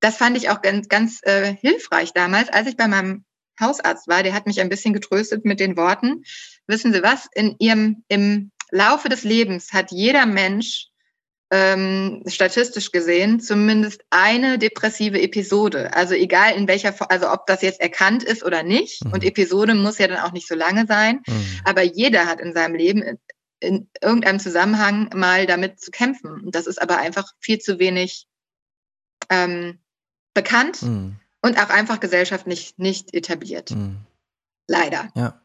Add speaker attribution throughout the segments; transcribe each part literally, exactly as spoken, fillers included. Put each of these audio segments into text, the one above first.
Speaker 1: das fand ich auch ganz, ganz äh, hilfreich damals, als ich bei meinem Hausarzt war. Der hat mich ein bisschen getröstet mit den Worten: Wissen Sie was? In ihrem, im Laufe des Lebens hat jeder Mensch ähm, statistisch gesehen zumindest eine depressive Episode. Also egal in welcher Form, also ob das jetzt erkannt ist oder nicht.
Speaker 2: Mhm.
Speaker 1: Und Episode muss ja dann auch nicht so lange sein.
Speaker 2: Mhm.
Speaker 1: Aber jeder hat in seinem Leben in, in irgendeinem Zusammenhang mal damit zu kämpfen. Und das ist aber einfach viel zu wenig ähm, bekannt
Speaker 2: Mhm.
Speaker 1: und auch einfach gesellschaftlich nicht etabliert.
Speaker 2: Mhm.
Speaker 1: Leider.
Speaker 2: Ja.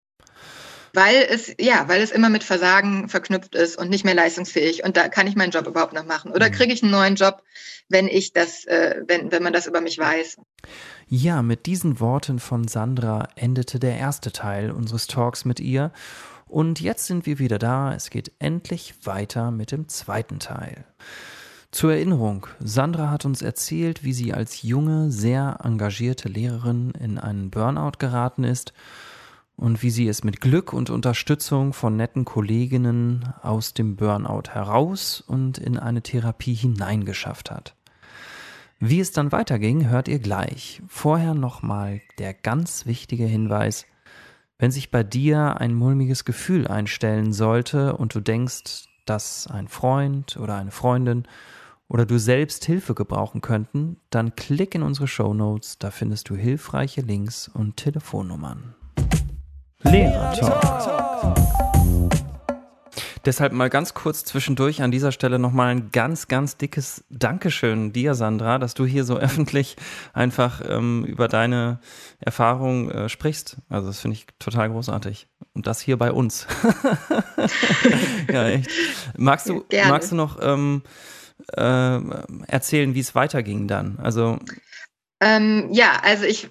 Speaker 1: Weil es, ja, weil es immer mit Versagen verknüpft ist und nicht mehr leistungsfähig. Und da kann ich meinen Job überhaupt noch machen. Oder
Speaker 2: Mhm.
Speaker 1: kriege ich einen neuen Job, wenn ich das, äh, wenn, wenn man das über mich weiß.
Speaker 2: Ja, mit diesen Worten von Sandra endete der erste Teil unseres Talks mit ihr. Und jetzt sind wir wieder da. Es geht endlich weiter mit dem zweiten Teil. Zur Erinnerung, Sandra hat uns erzählt, wie sie als junge, sehr engagierte Lehrerin in einen Burnout geraten ist und wie sie es mit Glück und Unterstützung von netten Kolleginnen aus dem Burnout heraus und in eine Therapie hineingeschafft hat. Wie es dann weiterging, hört ihr gleich. Vorher nochmal der ganz wichtige Hinweis: Wenn sich bei dir ein mulmiges Gefühl einstellen sollte und du denkst, dass ein Freund oder eine Freundin oder du selbst Hilfe gebrauchen könnten, dann klick in unsere Shownotes, da findest du hilfreiche Links und Telefonnummern. Lehrer-Talk. Deshalb mal ganz kurz zwischendurch an dieser Stelle nochmal ein ganz, ganz dickes Dankeschön dir, Sandra, dass du hier so öffentlich einfach ähm, über deine Erfahrung äh, sprichst. Also das finde ich total großartig. Und das hier bei uns. Ja, echt. Magst du,
Speaker 1: Gerne.
Speaker 2: magst du noch ähm, äh, erzählen, wie es weiterging dann? Also
Speaker 1: Ähm, ja, also ich,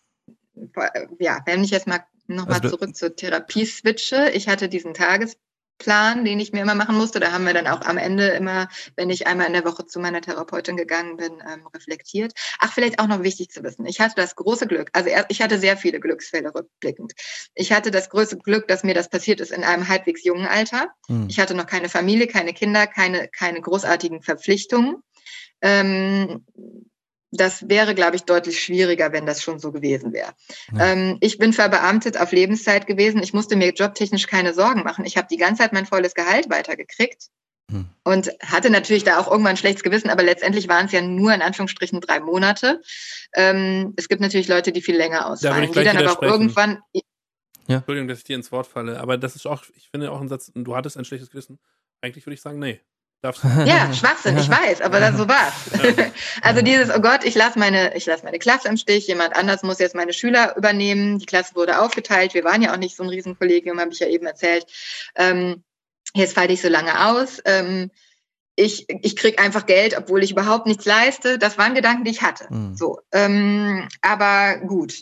Speaker 1: ja, wenn ich jetzt mal nochmal
Speaker 2: Also du-
Speaker 1: zurück zur Therapie switche. Ich hatte diesen Tagesplan, den ich mir immer machen musste. Da haben wir dann auch am Ende immer, wenn ich einmal in der Woche zu meiner Therapeutin gegangen bin, ähm, reflektiert. Ach, vielleicht auch noch wichtig zu wissen. Ich hatte das große Glück, also er- ich hatte sehr viele Glücksfälle rückblickend. Ich hatte das größte Glück, dass mir das passiert ist in einem halbwegs jungen Alter.
Speaker 2: Hm.
Speaker 1: Ich hatte noch keine Familie, keine Kinder, keine, keine großartigen Verpflichtungen. Ähm, das wäre, glaube ich, deutlich schwieriger, wenn das schon so gewesen wäre.
Speaker 2: Ja.
Speaker 1: Ähm, ich bin verbeamtet auf Lebenszeit gewesen. Ich musste mir jobtechnisch keine Sorgen machen. Ich habe die ganze Zeit mein volles Gehalt weitergekriegt.
Speaker 2: Hm.
Speaker 1: Und hatte natürlich da auch irgendwann ein schlechtes Gewissen, aber letztendlich waren es ja nur in Anführungsstrichen drei Monate. Ähm, es gibt natürlich Leute, die viel länger
Speaker 3: Da würde
Speaker 1: ausfallen,
Speaker 3: ich
Speaker 1: die
Speaker 3: gleich
Speaker 1: dann aber auch
Speaker 3: widersprechen.
Speaker 1: irgendwann.
Speaker 3: Entschuldigung, dass ich dir ins Wort falle, aber das ist auch, ich finde auch ein Satz, du hattest ein schlechtes Gewissen. Eigentlich würde ich sagen, nee. Darfst du.
Speaker 1: Ja, Schwachsinn, ich weiß, aber das, so war's.
Speaker 3: Ja.
Speaker 1: Also dieses, oh Gott, ich lasse meine, ich lasse meine Klasse im Stich, jemand anders muss jetzt meine Schüler übernehmen. Die Klasse wurde aufgeteilt, wir waren ja auch nicht so ein Riesenkollegium, habe ich ja eben erzählt. Ähm, jetzt falle ich so lange aus. Ähm, ich ich kriege einfach Geld, obwohl ich überhaupt nichts leiste. Das waren Gedanken, die ich hatte.
Speaker 2: Mhm.
Speaker 1: So, ähm, aber gut.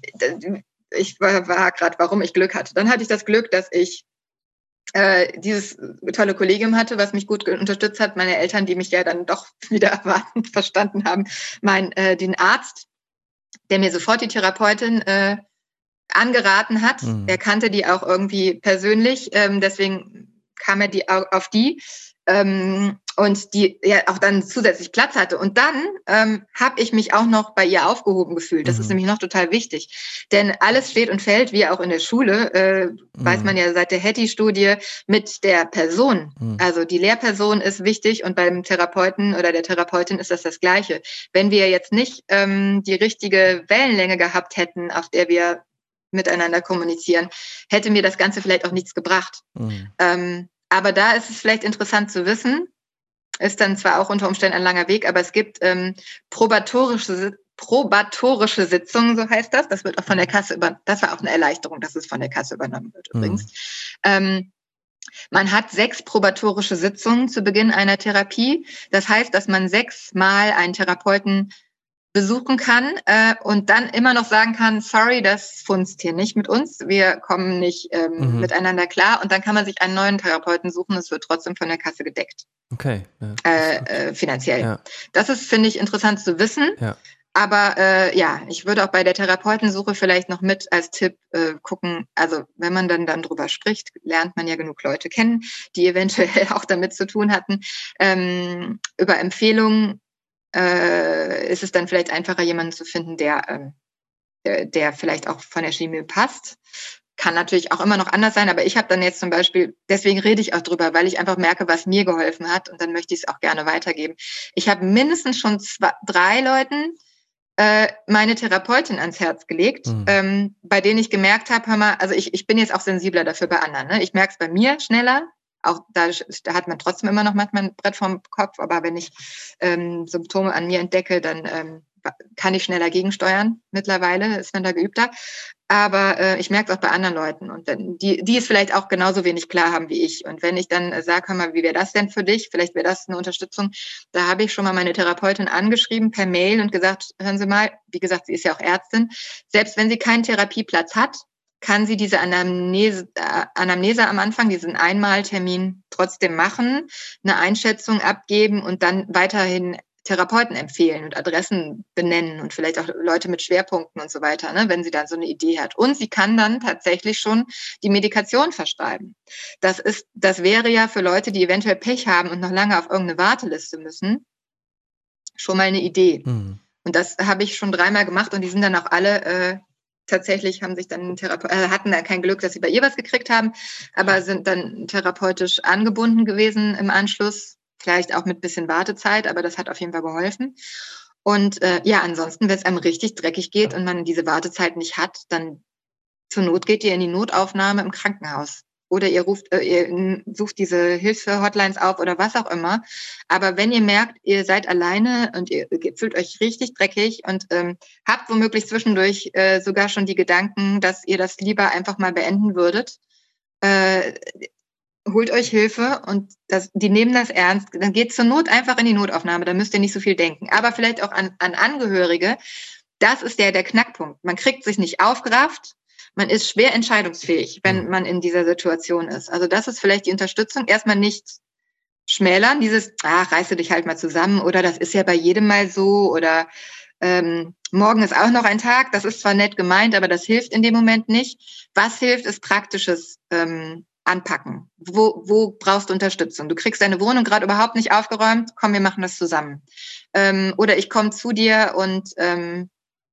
Speaker 1: Ich war, war gerade, warum ich Glück hatte. Dann hatte ich das Glück, dass ich äh, dieses tolle Kollegium hatte, was mich gut unterstützt hat. Meine Eltern, die mich ja dann doch wieder erwartend verstanden haben. Mein, äh, den Arzt, der mir sofort die Therapeutin äh, angeraten hat.
Speaker 2: Mhm.
Speaker 1: Er kannte die auch irgendwie persönlich. Ähm, deswegen kam er die auf die. Ähm, und die ja auch dann zusätzlich Platz hatte. Und dann ähm, habe ich mich auch noch bei ihr aufgehoben gefühlt. Das
Speaker 2: Mhm.
Speaker 1: ist nämlich noch total wichtig. Denn alles steht und fällt, wie auch in der Schule, äh,
Speaker 2: Mhm.
Speaker 1: weiß man ja seit der Hattie-Studie, mit der Person.
Speaker 2: Mhm.
Speaker 1: Also die Lehrperson ist wichtig und beim Therapeuten oder der Therapeutin ist das das Gleiche. Wenn wir jetzt nicht ähm, die richtige Wellenlänge gehabt hätten, auf der wir miteinander kommunizieren, hätte mir das Ganze vielleicht auch nichts gebracht.
Speaker 2: Mhm.
Speaker 1: Ähm, aber da ist es vielleicht interessant zu wissen, ist dann zwar auch unter Umständen ein langer Weg, aber es gibt ähm, probatorische, probatorische Sitzungen, so heißt das. Das wird auch von der Kasse über, das war auch eine Erleichterung, dass es von der Kasse übernommen wird übrigens.
Speaker 2: Mhm.
Speaker 1: Ähm, man hat sechs probatorische Sitzungen zu Beginn einer Therapie. Das heißt, dass man sechsmal einen Therapeuten besuchen kann äh, und dann immer noch sagen kann, sorry, das funzt hier nicht mit uns, wir kommen nicht ähm,
Speaker 2: Mhm.
Speaker 1: miteinander klar, und dann kann man sich einen neuen Therapeuten suchen, es wird trotzdem von der Kasse gedeckt,
Speaker 2: Okay. Ja, das ist
Speaker 1: äh,
Speaker 2: gut.
Speaker 1: äh, finanziell.
Speaker 2: Ja.
Speaker 1: Das ist, finde ich, interessant zu wissen,
Speaker 2: Ja.
Speaker 1: aber äh, ja, ich würde auch bei der Therapeutensuche vielleicht noch mit als Tipp äh, gucken, also wenn man dann, dann drüber spricht, lernt man ja genug Leute kennen, die eventuell auch damit zu tun hatten, ähm, über Empfehlungen äh, ist es dann vielleicht einfacher, jemanden zu finden, der, ähm, der, der vielleicht auch von der Chemie passt. Kann natürlich auch immer noch anders sein, aber ich habe dann jetzt zum Beispiel, deswegen rede ich auch drüber, weil ich einfach merke, was mir geholfen hat und dann möchte ich es auch gerne weitergeben. Ich habe mindestens schon zwei, drei Leuten äh, meine Therapeutin ans Herz gelegt, mhm. ähm, bei denen ich gemerkt habe, hör mal, also ich, ich bin jetzt auch sensibler dafür bei anderen. Ne? Ich merke es bei mir schneller, auch da, da hat man trotzdem immer noch manchmal ein Brett vorm Kopf, aber wenn ich ähm, Symptome an mir entdecke, dann ähm, kann ich schneller gegensteuern mittlerweile, ist man da geübter. Aber äh, ich merke es auch bei anderen Leuten und dann, die, die es vielleicht auch genauso wenig klar haben wie ich. Und wenn ich dann äh, sage, hör mal, wie wäre das denn für dich? Vielleicht wäre das eine Unterstützung. Da habe ich schon mal meine Therapeutin angeschrieben per Mail und gesagt, hören Sie mal, wie gesagt, sie ist ja auch Ärztin, selbst wenn sie keinen Therapieplatz hat, kann sie diese Anamnese, äh, Anamnese am Anfang, diesen Einmaltermin trotzdem machen, eine Einschätzung abgeben und dann weiterhin Therapeuten empfehlen und Adressen benennen und vielleicht auch Leute mit Schwerpunkten und so weiter, ne, wenn sie dann so eine Idee hat. Und sie kann dann tatsächlich schon die Medikation verschreiben. Das ist, das wäre ja für Leute, die eventuell Pech haben und noch lange auf irgendeine Warteliste müssen, schon mal eine Idee. Mhm. Und das habe ich schon dreimal gemacht und die sind dann auch alle äh, tatsächlich haben sich dann Therape- äh, hatten dann kein Glück, dass sie bei ihr was gekriegt haben, aber sind dann therapeutisch angebunden gewesen im Anschluss. Vielleicht auch mit bisschen Wartezeit, aber das hat auf jeden Fall geholfen. Und äh, ja, ansonsten, wenn es einem richtig dreckig geht und man diese Wartezeit nicht hat, dann zur Not geht ihr in die Notaufnahme im Krankenhaus. Oder ihr ruft, äh, ihr sucht diese Hilfe-Hotlines auf oder was auch immer. Aber wenn ihr merkt, ihr seid alleine und ihr, ihr fühlt euch richtig dreckig und ähm, habt womöglich zwischendurch äh, sogar schon die Gedanken, dass ihr das lieber einfach mal beenden würdet, äh, holt euch Hilfe und das, die nehmen das ernst. Dann geht zur Not einfach in die Notaufnahme, da müsst ihr nicht so viel denken. Aber vielleicht auch an, an Angehörige. Das ist der, der Knackpunkt. Man kriegt sich nicht aufgerafft. Man ist schwer entscheidungsfähig, wenn man in dieser Situation ist. Also das ist vielleicht die Unterstützung. Erstmal nicht schmälern, dieses, ach, reiß du dich halt mal zusammen oder das ist ja bei jedem mal so oder ähm, morgen ist auch noch ein Tag. Das ist zwar nett gemeint, aber das hilft in dem Moment nicht. Was hilft, ist praktisches ähm, Anpacken. Wo, wo brauchst du Unterstützung? Du kriegst deine Wohnung gerade überhaupt nicht aufgeräumt. Komm, wir machen das zusammen. Ähm, oder ich komme zu dir und ähm,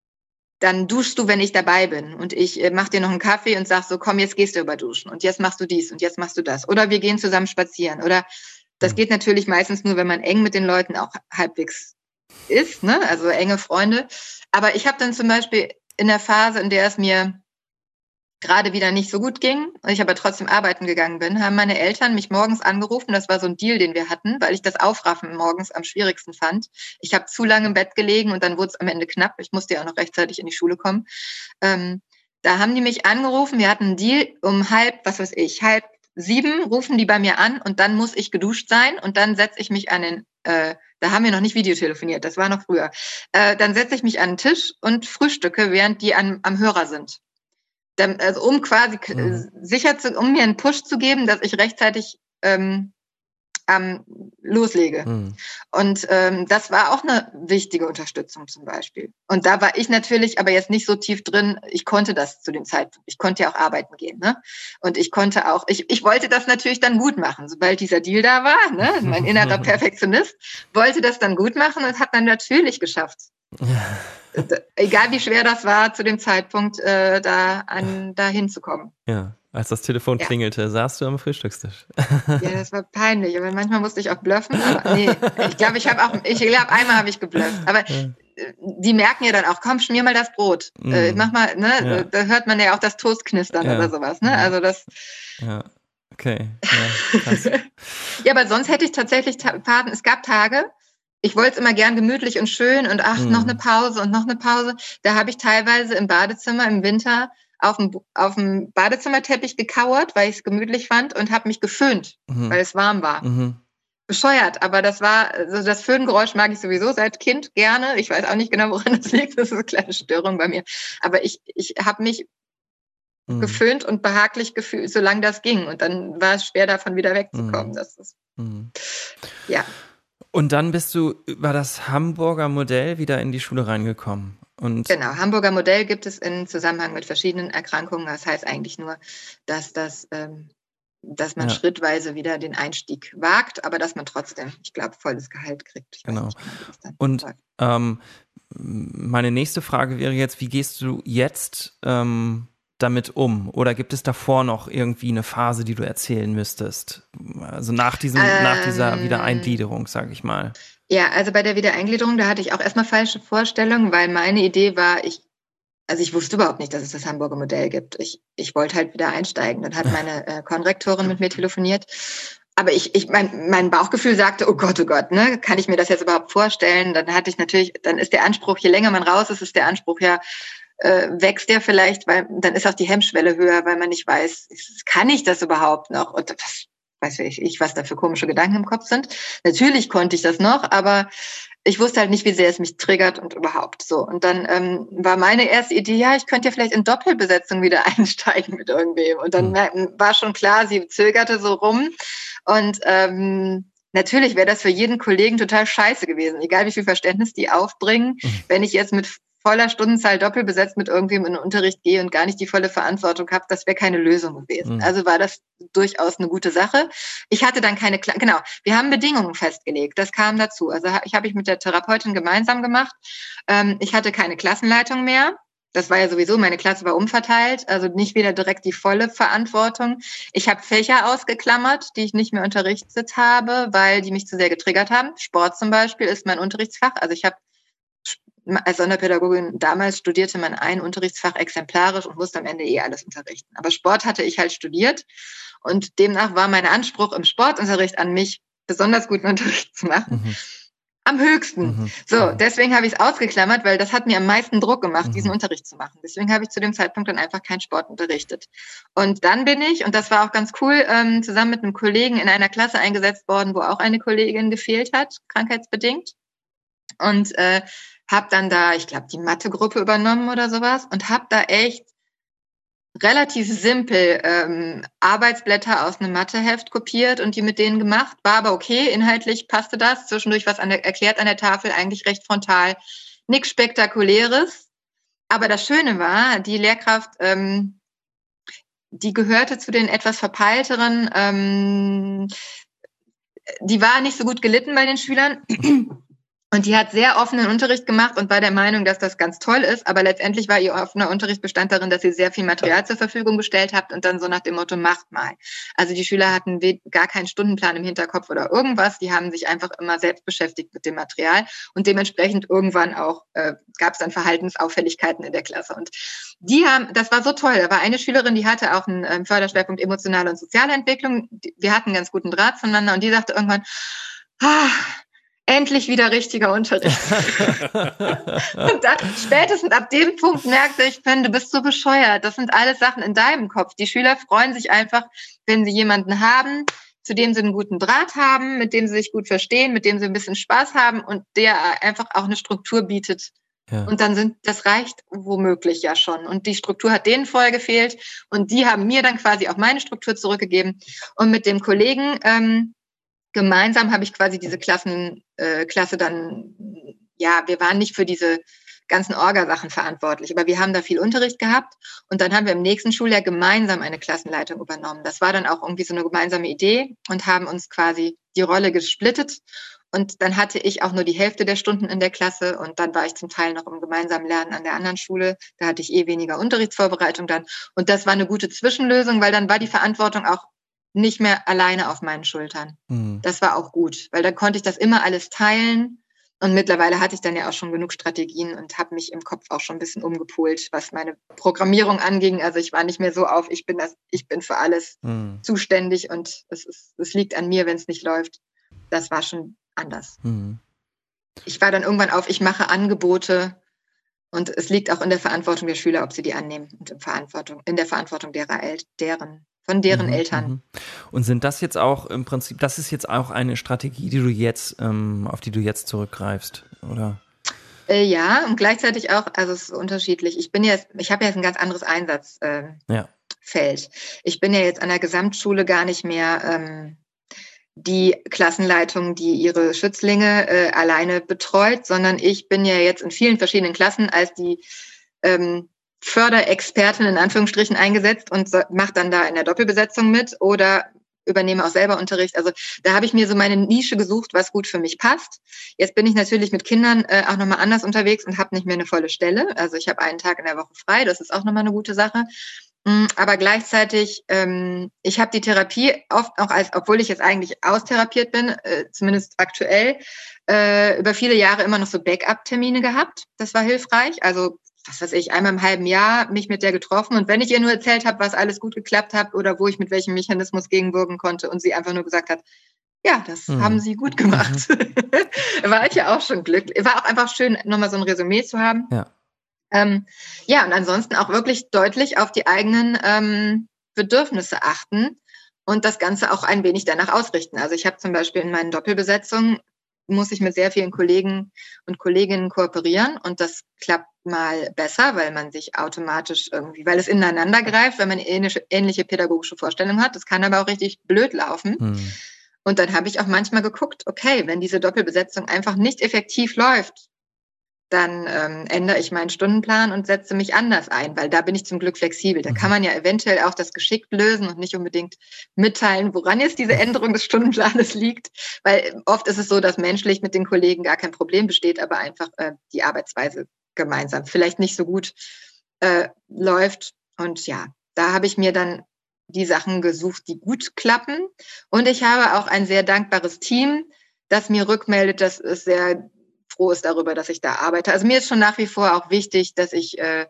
Speaker 1: dann duschst du, wenn ich dabei bin. Und ich äh, mach dir noch einen Kaffee und sag so, komm, jetzt gehst du überduschen. Und jetzt machst du dies und jetzt machst du das. Oder wir gehen zusammen spazieren. Oder das geht natürlich meistens nur, wenn man eng mit den Leuten auch halbwegs ist, ne? Also enge Freunde. Aber ich habe dann zum Beispiel in der Phase, in der es mir gerade wieder nicht so gut ging und ich aber trotzdem arbeiten gegangen bin, haben meine Eltern mich morgens angerufen. Das war so ein Deal, den wir hatten, weil ich das Aufraffen morgens am schwierigsten fand. Ich habe zu lange im Bett gelegen und dann wurde es am Ende knapp. Ich musste ja auch noch rechtzeitig in die Schule kommen. Ähm, da haben die mich angerufen. Wir hatten einen Deal um halb, was weiß ich, halb sieben rufen die bei mir an und dann muss ich geduscht sein und dann setze ich mich an den, äh, da haben wir noch nicht Videotelefoniert, das war noch früher. Äh, dann setze ich mich an den Tisch und frühstücke, während die an, am Hörer sind. Also um quasi mhm. sicher zu, um mir einen Push zu geben, dass ich rechtzeitig ähm, ähm, loslege. Mhm. Und ähm, das war auch eine wichtige Unterstützung zum Beispiel. Und da war ich natürlich aber jetzt nicht so tief drin, ich konnte das zu dem Zeitpunkt. Ich konnte ja auch arbeiten gehen. Ne? Und ich konnte auch, ich, ich wollte das natürlich dann gut machen, sobald dieser Deal da war. Ne? Mein innerer Perfektionist wollte das dann gut machen und hat dann natürlich geschafft. Egal wie schwer das war, zu dem Zeitpunkt äh, da, an, da hinzukommen.
Speaker 2: Ja, als das Telefon ja. klingelte, saßt du am Frühstückstisch.
Speaker 1: Ja, das war peinlich, aber manchmal musste ich auch bluffen. Aber nee, ich glaube, ich habe auch, ich glaube, einmal habe ich geblufft. Aber ja. die merken ja dann auch, komm, schmier mal das Brot. Mm. Äh, mach mal, ne, ja. da hört man ja auch das Toast knistern ja. oder sowas, ne? Also das.
Speaker 2: Ja, okay. Ja, krass.
Speaker 1: Ja, aber sonst hätte ich tatsächlich Taten, es gab Tage, ich wollte es immer gern gemütlich und schön und ach, mm. noch eine Pause und noch eine Pause. Da habe ich teilweise im Badezimmer im Winter auf dem, auf dem Badezimmerteppich gekauert, weil ich es gemütlich fand und habe mich geföhnt, mhm. weil es warm war. Mhm. Bescheuert, aber das war, also das Föhngeräusch mag ich sowieso seit Kind gerne. Ich weiß auch nicht genau, woran das liegt. Das ist eine kleine Störung bei mir. Aber ich, ich habe mich mhm. geföhnt und behaglich gefühlt, solange das ging. Und dann war es schwer, davon wieder wegzukommen. Mhm. Das ist, mhm. ja.
Speaker 2: Und dann bist du über das Hamburger Modell wieder in die Schule reingekommen. Und
Speaker 1: genau, Hamburger Modell gibt es in Zusammenhang mit verschiedenen Erkrankungen. Das heißt eigentlich nur, dass das ähm, dass man
Speaker 2: Ja.
Speaker 1: schrittweise wieder den Einstieg wagt, aber dass man trotzdem, ich glaube, volles Gehalt kriegt. Ich weiß
Speaker 2: Genau.
Speaker 1: nicht genau, wie das dann
Speaker 2: Und
Speaker 1: läuft.
Speaker 2: ähm, meine nächste Frage wäre jetzt, wie gehst du jetzt ähm, damit um? Oder gibt es davor noch irgendwie eine Phase, die du erzählen müsstest? Also nach diesem,
Speaker 1: Ähm,
Speaker 2: nach dieser Wiedereingliederung, sage ich mal.
Speaker 1: Ja, also bei der Wiedereingliederung, da hatte ich auch erstmal falsche Vorstellungen, weil meine Idee war, ich, also ich wusste überhaupt nicht, dass es das Hamburger Modell gibt. Ich, ich wollte halt wieder einsteigen. Dann hat meine äh, Konrektorin mit mir telefoniert. Aber ich, ich, mein, mein Bauchgefühl sagte, oh Gott, oh Gott, ne, kann ich mir das jetzt überhaupt vorstellen? Dann hatte ich natürlich, dann ist der Anspruch, je länger man raus ist, ist der Anspruch ja, äh, wächst der vielleicht, weil dann ist auch die Hemmschwelle höher, weil man nicht weiß, kann ich das überhaupt noch? Und das weiß ich, ich, was da für komische Gedanken im Kopf sind. Natürlich konnte ich das noch, aber ich wusste halt nicht, wie sehr es mich triggert und überhaupt so. Und dann ähm, war meine erste Idee, ja, ich könnte ja vielleicht in Doppelbesetzung wieder einsteigen mit irgendwem. Und dann mhm. war schon klar, sie zögerte so rum. Und ähm, natürlich wäre das für jeden Kollegen total scheiße gewesen, egal wie viel Verständnis die aufbringen, mhm. wenn ich jetzt mit voller Stundenzahl doppelbesetzt mit irgendwem in den Unterricht gehe und gar nicht die volle Verantwortung habe, das wäre keine Lösung gewesen. Mhm. Also war das durchaus eine gute Sache. Ich hatte dann keine, Kla- genau, wir haben Bedingungen festgelegt, das kam dazu. Also ich habe ich mit der Therapeutin gemeinsam gemacht. Ähm, ich hatte keine Klassenleitung mehr. Das war ja sowieso, meine Klasse war umverteilt, also nicht wieder direkt die volle Verantwortung. Ich habe Fächer ausgeklammert, die ich nicht mehr unterrichtet habe, weil die mich zu sehr getriggert haben. Sport zum Beispiel ist mein Unterrichtsfach. Also ich habe als Sonderpädagogin damals studierte man ein Unterrichtsfach exemplarisch und musste am Ende eh alles unterrichten. Aber Sport hatte ich halt studiert und demnach war mein Anspruch im Sportunterricht an mich, besonders guten Unterricht zu machen, mhm. am höchsten. Mhm. So, deswegen habe ich es ausgeklammert, weil das hat mir am meisten Druck gemacht, mhm. diesen Unterricht zu machen. Deswegen habe ich zu dem Zeitpunkt dann einfach keinen Sport unterrichtet. Und dann bin ich, und das war auch ganz cool, ähm, zusammen mit einem Kollegen in einer Klasse eingesetzt worden, wo auch eine Kollegin gefehlt hat, krankheitsbedingt. Und äh, habe dann da, ich glaube, die Mathe-Gruppe übernommen oder sowas und habe da echt relativ simpel ähm, Arbeitsblätter aus einem Matheheft kopiert und die mit denen gemacht. War aber okay, inhaltlich passte das. Zwischendurch was an der, erklärt an der Tafel, eigentlich recht frontal. Nichts Spektakuläres. Aber das Schöne war, die Lehrkraft, ähm, die gehörte zu den etwas verpeilteren, ähm, die war nicht so gut gelitten bei den Schülern. Und die hat sehr offenen Unterricht gemacht und war der Meinung, dass das ganz toll ist. Aber letztendlich war ihr offener Unterricht bestand darin, dass sie sehr viel Material zur Verfügung gestellt hat und dann so nach dem Motto, macht mal. Also die Schüler hatten gar keinen Stundenplan im Hinterkopf oder irgendwas. Die haben sich einfach immer selbst beschäftigt mit dem Material. Und dementsprechend irgendwann auch äh, gab es dann Verhaltensauffälligkeiten in der Klasse. Und die haben, das war so toll. Da war eine Schülerin, die hatte auch einen äh, Förderschwerpunkt emotionale und soziale Entwicklung. Wir hatten einen ganz guten Draht zueinander und die sagte irgendwann, ah, endlich wieder richtiger Unterricht. Und dann, spätestens ab dem Punkt merkte ich, Ben, du bist so bescheuert. Das sind alles Sachen in deinem Kopf. Die Schüler freuen sich einfach, wenn sie jemanden haben, zu dem sie einen guten Draht haben, mit dem sie sich gut verstehen, mit dem sie ein bisschen Spaß haben und der einfach auch eine Struktur bietet. Ja. Und dann sind, das reicht womöglich ja schon. Und die Struktur hat denen vorher gefehlt und die haben mir dann quasi auch meine Struktur zurückgegeben. Und mit dem Kollegen, ähm, gemeinsam habe ich quasi diese Klassen, äh, Klasse dann, ja, wir waren nicht für diese ganzen Orga-Sachen verantwortlich, aber wir haben da viel Unterricht gehabt und dann haben wir im nächsten Schuljahr gemeinsam eine Klassenleitung übernommen. Das war dann auch irgendwie so eine gemeinsame Idee und haben uns quasi die Rolle gesplittet und dann hatte ich auch nur die Hälfte der Stunden in der Klasse und dann war ich zum Teil noch im gemeinsamen Lernen an der anderen Schule. Da hatte ich eh weniger Unterrichtsvorbereitung dann und das war eine gute Zwischenlösung, weil dann war die Verantwortung auch nicht mehr alleine auf meinen Schultern. Mhm. Das war auch gut, weil dann konnte ich das immer alles teilen. Und mittlerweile hatte ich dann ja auch schon genug Strategien und habe mich im Kopf auch schon ein bisschen umgepolt, was meine Programmierung anging. Also ich war nicht mehr so auf, ich bin das, ich bin für alles mhm. zuständig und es ist, es liegt an mir, wenn es nicht läuft. Das war schon anders. Mhm. Ich war dann irgendwann auf, ich mache Angebote und es liegt auch in der Verantwortung der Schüler, ob sie die annehmen und in Verantwortung, in der Verantwortung derer, deren von deren mhm, Eltern.
Speaker 2: Und sind das jetzt auch im Prinzip, das ist jetzt auch eine Strategie, die du jetzt, ähm, auf die du jetzt zurückgreifst, oder?
Speaker 1: Äh, ja, und gleichzeitig auch, also es ist unterschiedlich. Ich bin jetzt, ich habe jetzt ein ganz anderes Einsatzfeld. Äh, ja. Ich bin ja jetzt an der Gesamtschule gar nicht mehr ähm, die Klassenleitung, die ihre Schützlinge äh, alleine betreut, sondern ich bin ja jetzt in vielen verschiedenen Klassen als die ähm, Förderexpertin in Anführungsstrichen eingesetzt und so, macht dann da in der Doppelbesetzung mit oder übernehme auch selber Unterricht. Also da habe ich mir so meine Nische gesucht, was gut für mich passt. Jetzt bin ich natürlich mit Kindern äh, auch nochmal anders unterwegs und habe nicht mehr eine volle Stelle. Also ich habe einen Tag in der Woche frei, das ist auch nochmal eine gute Sache. Aber gleichzeitig, ähm, ich habe die Therapie oft auch als, obwohl ich jetzt eigentlich austherapiert bin, äh, zumindest aktuell, äh, über viele Jahre immer noch so Backup-Termine gehabt. Das war hilfreich. Also, was weiß ich, einmal im halben Jahr mich mit der getroffen. Und wenn ich ihr nur erzählt habe, was alles gut geklappt hat oder wo ich mit welchem Mechanismus gegenwirken konnte und sie einfach nur gesagt hat, ja, das hm. haben sie gut gemacht. War ich ja auch schon glücklich. War auch einfach schön, nochmal so ein Resümee zu haben.
Speaker 2: Ja.
Speaker 1: Ähm, ja, und ansonsten auch wirklich deutlich auf die eigenen ähm, Bedürfnisse achten und das Ganze auch ein wenig danach ausrichten. Also ich habe zum Beispiel in meinen Doppelbesetzungen, muss ich mit sehr vielen Kollegen und Kolleginnen kooperieren und das klappt mal besser, weil man sich automatisch irgendwie, weil es ineinander greift, weil man ähnliche, ähnliche pädagogische Vorstellungen hat. Das kann aber auch richtig blöd laufen. Hm. Und dann habe ich auch manchmal geguckt, okay, wenn diese Doppelbesetzung einfach nicht effektiv läuft, dann ähm, ändere ich meinen Stundenplan und setze mich anders ein, weil da bin ich zum Glück flexibel. Da kann man ja eventuell auch das geschickt lösen und nicht unbedingt mitteilen, woran jetzt diese Änderung des Stundenplanes liegt, weil oft ist es so, dass menschlich mit den Kollegen gar kein Problem besteht, aber einfach äh, die Arbeitsweise gemeinsam vielleicht nicht so gut äh, läuft. Und ja, da habe ich mir dann die Sachen gesucht, die gut klappen. Und ich habe auch ein sehr dankbares Team, das mir rückmeldet, dass es sehr froh ist darüber, dass ich da arbeite. Also mir ist schon nach wie vor auch wichtig, dass ich äh,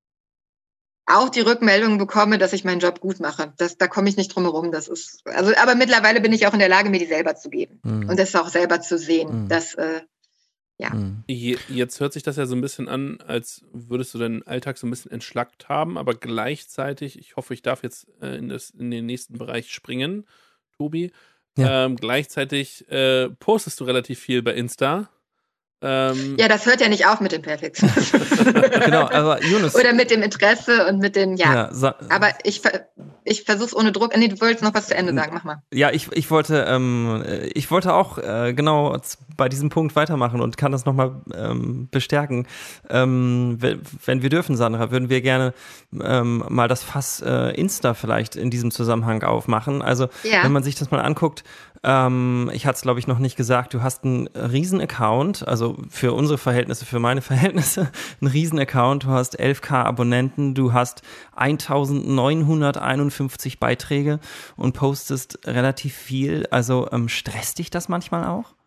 Speaker 1: auch die Rückmeldung bekomme, dass ich meinen Job gut mache. Das, da komme ich nicht drum herum. Das ist, also, aber mittlerweile bin ich auch in der Lage, mir die selber zu geben mhm. und das auch selber zu sehen. Mhm. Das, äh, ja.
Speaker 3: Mhm. Jetzt hört sich das ja so ein bisschen an, als würdest du deinen Alltag so ein bisschen entschlackt haben, aber gleichzeitig, ich hoffe, ich darf jetzt äh, in, das, in den nächsten Bereich springen, Tobi. Ja. Ähm, gleichzeitig äh, postest du relativ viel bei Insta.
Speaker 1: Ähm, ja, das hört ja nicht auf mit dem Perfektionismus. Genau, aber Yunus. Oder mit dem Interesse und mit den, ja. ja so, aber ich, ich versuche es ohne Druck. Nee, du wolltest noch was zu Ende sagen, mach mal.
Speaker 2: Ja, ich, ich wollte ähm, ich wollte auch äh, genau bei diesem Punkt weitermachen und kann das nochmal ähm, bestärken. Ähm, wenn, wenn wir dürfen, Sandra, würden wir gerne ähm, mal das Fass äh, Insta vielleicht in diesem Zusammenhang aufmachen. Also, ja. Wenn man sich das mal anguckt, ähm, ich hatte es, glaube ich, noch nicht gesagt, du hast einen riesen Account, also für unsere Verhältnisse, für meine Verhältnisse, einen riesen Account, du hast elf K Abonnenten, du hast eintausendneunhunderteinundfünfzig Beiträge und postest relativ viel. Also ähm, stresst dich das manchmal auch?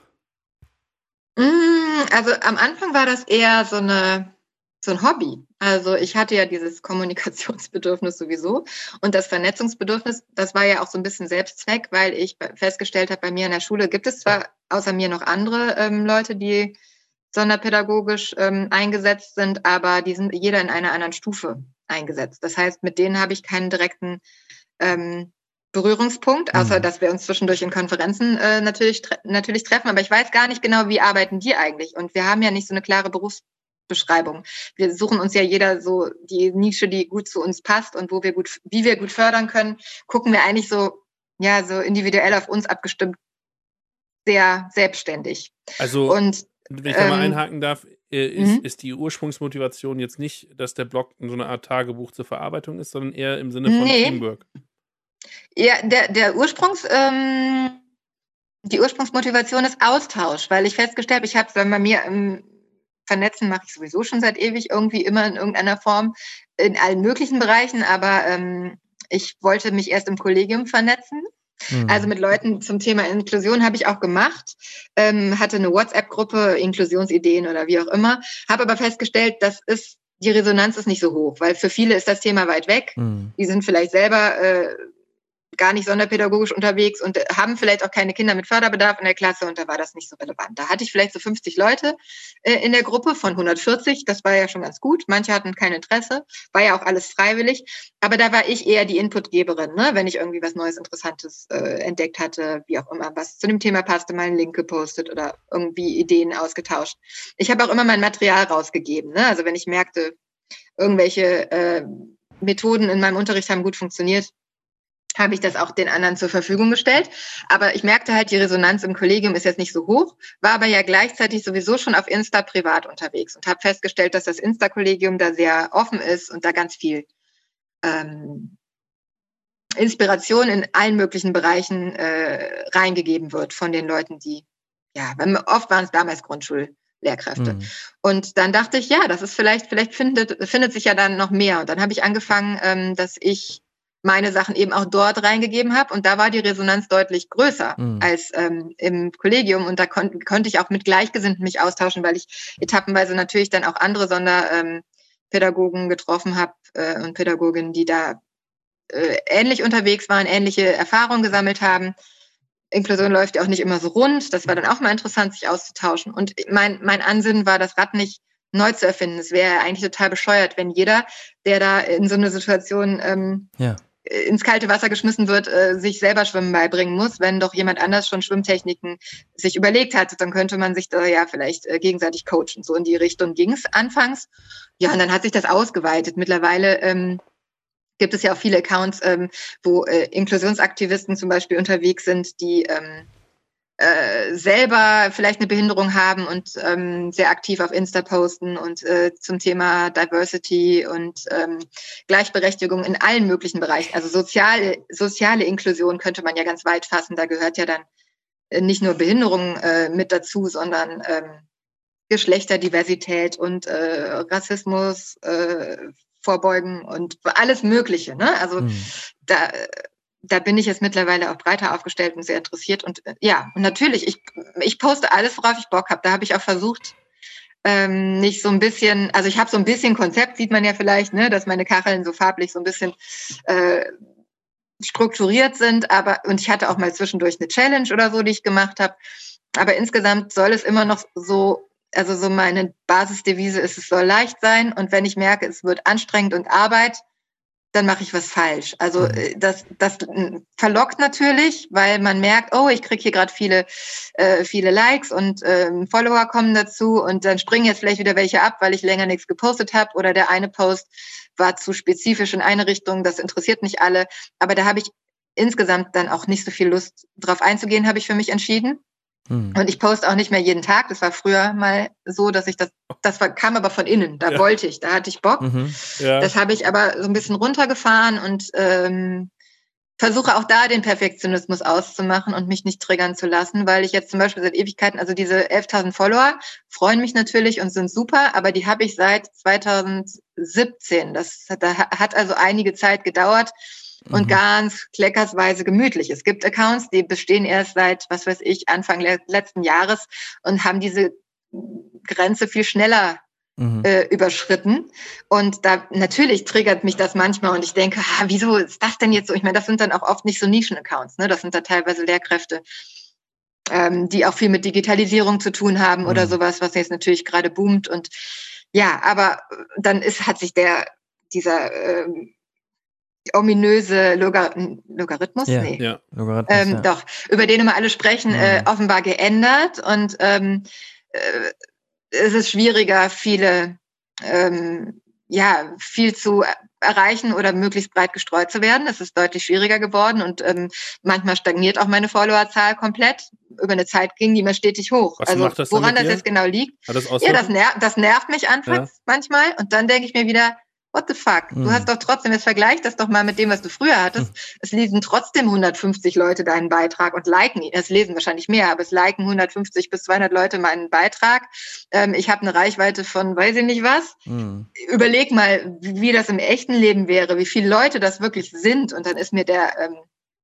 Speaker 1: Also am Anfang war das eher so eine so ein Hobby. Also ich hatte ja dieses Kommunikationsbedürfnis sowieso und das Vernetzungsbedürfnis, das war ja auch so ein bisschen Selbstzweck, weil ich festgestellt habe, bei mir in der Schule gibt es zwar außer mir noch andere ähm, Leute, die sonderpädagogisch ähm, eingesetzt sind, aber die sind jeder in einer anderen Stufe eingesetzt. Das heißt, mit denen habe ich keinen direkten ähm, Berührungspunkt, außer mhm. dass wir uns zwischendurch in Konferenzen äh, natürlich, tre- natürlich treffen. Aber ich weiß gar nicht genau, wie arbeiten die eigentlich. Und wir haben ja nicht so eine klare Berufsbeschreibung. Wir suchen uns ja jeder so die Nische, die gut zu uns passt und wo wir gut, wie wir gut fördern können, gucken wir eigentlich so, ja, so individuell auf uns abgestimmt, sehr selbstständig.
Speaker 3: Also, und, wenn ich da mal ähm, einhaken darf, äh, ist, mhm. ist die Ursprungsmotivation jetzt nicht, dass der Blog so eine Art Tagebuch zur Verarbeitung ist, sondern eher im Sinne von nee. Teamwork.
Speaker 1: Ja, der, der Ursprungs, ähm, die Ursprungsmotivation ist Austausch, weil ich festgestellt habe, ich habe bei mir im Vernetzen mache ich sowieso schon seit ewig irgendwie immer in irgendeiner Form in allen möglichen Bereichen, aber ähm, ich wollte mich erst im Kollegium vernetzen. Mhm. Also mit Leuten zum Thema Inklusion habe ich auch gemacht, ähm, hatte eine WhatsApp-Gruppe, Inklusionsideen oder wie auch immer, habe aber festgestellt, das ist, die Resonanz ist nicht so hoch, weil für viele ist das Thema weit weg. Mhm. Die sind vielleicht selber äh, gar nicht sonderpädagogisch unterwegs und haben vielleicht auch keine Kinder mit Förderbedarf in der Klasse und da war das nicht so relevant. Da hatte ich vielleicht so fünfzig Leute äh, in der Gruppe von hundertvierzig, das war ja schon ganz gut. Manche hatten kein Interesse, war ja auch alles freiwillig, aber da war ich eher die Inputgeberin, ne? Wenn ich irgendwie was Neues, Interessantes äh, entdeckt hatte, wie auch immer, was zu dem Thema passte, mal einen Link gepostet oder irgendwie Ideen ausgetauscht. Ich habe auch immer mein Material rausgegeben, ne? Also wenn ich merkte, irgendwelche äh, Methoden in meinem Unterricht haben gut funktioniert, habe ich das auch den anderen zur Verfügung gestellt. Aber ich merkte halt, die Resonanz im Kollegium ist jetzt nicht so hoch, war aber ja gleichzeitig sowieso schon auf Insta privat unterwegs und habe festgestellt, dass das Insta-Kollegium da sehr offen ist und da ganz viel ähm, Inspiration in allen möglichen Bereichen äh, reingegeben wird von den Leuten, die, ja, oft waren es damals Grundschullehrkräfte. Mhm. Und dann dachte ich, ja, das ist vielleicht, vielleicht findet, findet sich ja dann noch mehr. Und dann habe ich angefangen, ähm, dass ich meine Sachen eben auch dort reingegeben habe. Und da war die Resonanz deutlich größer mhm. als ähm, im Kollegium. Und da kon- konnte ich auch mit Gleichgesinnten mich austauschen, weil ich etappenweise natürlich dann auch andere Sonderpädagogen ähm, getroffen habe äh, und Pädagoginnen, die da äh, ähnlich unterwegs waren, ähnliche Erfahrungen gesammelt haben. Inklusion läuft ja auch nicht immer so rund. Das war dann auch mal interessant, sich auszutauschen. Und mein, mein Ansinnen war, das Rad nicht neu zu erfinden. Es wäre eigentlich total bescheuert, wenn jeder, der da in so eine Situation ähm, ja. ins kalte Wasser geschmissen wird, äh, sich selber Schwimmen beibringen muss. Wenn doch jemand anders schon Schwimmtechniken sich überlegt hat, dann könnte man sich da ja vielleicht äh, gegenseitig coachen. So in die Richtung ging es anfangs. Ja, und dann hat sich das ausgeweitet. Mittlerweile ähm, gibt es ja auch viele Accounts, ähm, wo äh, Inklusionsaktivisten zum Beispiel unterwegs sind, die ähm, äh, selber vielleicht eine Behinderung haben und ähm, sehr aktiv auf Insta posten und äh, zum Thema Diversity und ähm, Gleichberechtigung in allen möglichen Bereichen. Also soziale, soziale Inklusion könnte man ja ganz weit fassen. Da gehört ja dann äh, nicht nur Behinderung äh, mit dazu, sondern ähm, Geschlechterdiversität und äh, Rassismus, äh, vorbeugen und alles Mögliche. Ne? Also mhm. da, da bin ich jetzt mittlerweile auch breiter aufgestellt und sehr interessiert. Und äh, ja, und natürlich, ich, ich poste alles, worauf ich Bock habe. Da habe ich auch versucht, ähm, nicht so ein bisschen, also ich habe so ein bisschen Konzept, sieht man ja vielleicht, ne, dass meine Kacheln so farblich so ein bisschen äh, strukturiert sind. Aber und ich hatte auch mal zwischendurch eine Challenge oder so, die ich gemacht habe. Aber insgesamt soll es immer noch so, also so meine Basisdevise ist, es soll leicht sein. Und wenn ich merke, es wird anstrengend und Arbeit, dann mache ich was falsch. Also das, das verlockt natürlich, weil man merkt, oh, ich kriege hier gerade viele, äh, viele Likes und ähm, Follower kommen dazu und dann springen jetzt vielleicht wieder welche ab, weil ich länger nichts gepostet habe oder der eine Post war zu spezifisch in eine Richtung, das interessiert nicht alle. Aber da habe ich insgesamt dann auch nicht so viel Lust drauf einzugehen, habe ich für mich entschieden. Hm. Und ich poste auch nicht mehr jeden Tag. Das war früher mal so, dass ich das, das war, kam aber von innen. Da ja. wollte ich, da hatte ich Bock. Mhm. Ja. Das habe ich aber so ein bisschen runtergefahren und ähm, versuche auch da den Perfektionismus auszumachen und mich nicht triggern zu lassen, weil ich jetzt zum Beispiel seit Ewigkeiten, also diese elftausend Follower freuen mich natürlich und sind super, aber die habe ich seit zweitausendsiebzehn. Das da hat also einige Zeit gedauert. Und mhm. ganz kleckersweise gemütlich. Es gibt Accounts, die bestehen erst seit, was weiß ich, Anfang le- letzten Jahres und haben diese Grenze viel schneller mhm. äh, überschritten. Und da natürlich triggert mich das manchmal und ich denke, ha, wieso ist das denn jetzt so? Ich meine, das sind dann auch oft nicht so Nischen-Accounts, ne? Das sind da teilweise Lehrkräfte, ähm, die auch viel mit Digitalisierung zu tun haben mhm. oder sowas, was jetzt natürlich gerade boomt. Und ja, aber dann ist, hat sich der, dieser ähm, ominöse Logar- Logarithmus?
Speaker 3: Ja,
Speaker 1: nee.
Speaker 3: ja.
Speaker 1: Logarithmus, ähm, ja. Doch, über den immer alle sprechen, mhm. äh, offenbar geändert. Und ähm, äh, es ist schwieriger, viele, ähm, ja, viel zu erreichen oder möglichst breit gestreut zu werden. Es ist deutlich schwieriger geworden und ähm, manchmal stagniert auch meine Followerzahl komplett. Über eine Zeit ging die immer stetig hoch.
Speaker 3: Was
Speaker 1: also
Speaker 3: macht das
Speaker 1: woran das
Speaker 3: dir?
Speaker 1: jetzt genau liegt?
Speaker 3: Hat das
Speaker 1: ja, das, ner- das nervt mich anfangs ja. manchmal und dann denke ich mir wieder, what the fuck? Du
Speaker 3: Mhm.
Speaker 1: hast doch trotzdem, jetzt vergleich das doch mal mit dem, was du früher hattest. Mhm. Es lesen trotzdem hundertfünfzig Leute deinen Beitrag und liken ihn. Es lesen wahrscheinlich mehr, aber es liken hundertfünfzig bis zweihundert Leute meinen Beitrag. Ähm, ich habe eine Reichweite von weiß ich nicht was.
Speaker 3: Mhm.
Speaker 1: Überleg mal, wie, wie das im echten Leben wäre, wie viele Leute das wirklich sind. Und dann ist mir der, ähm,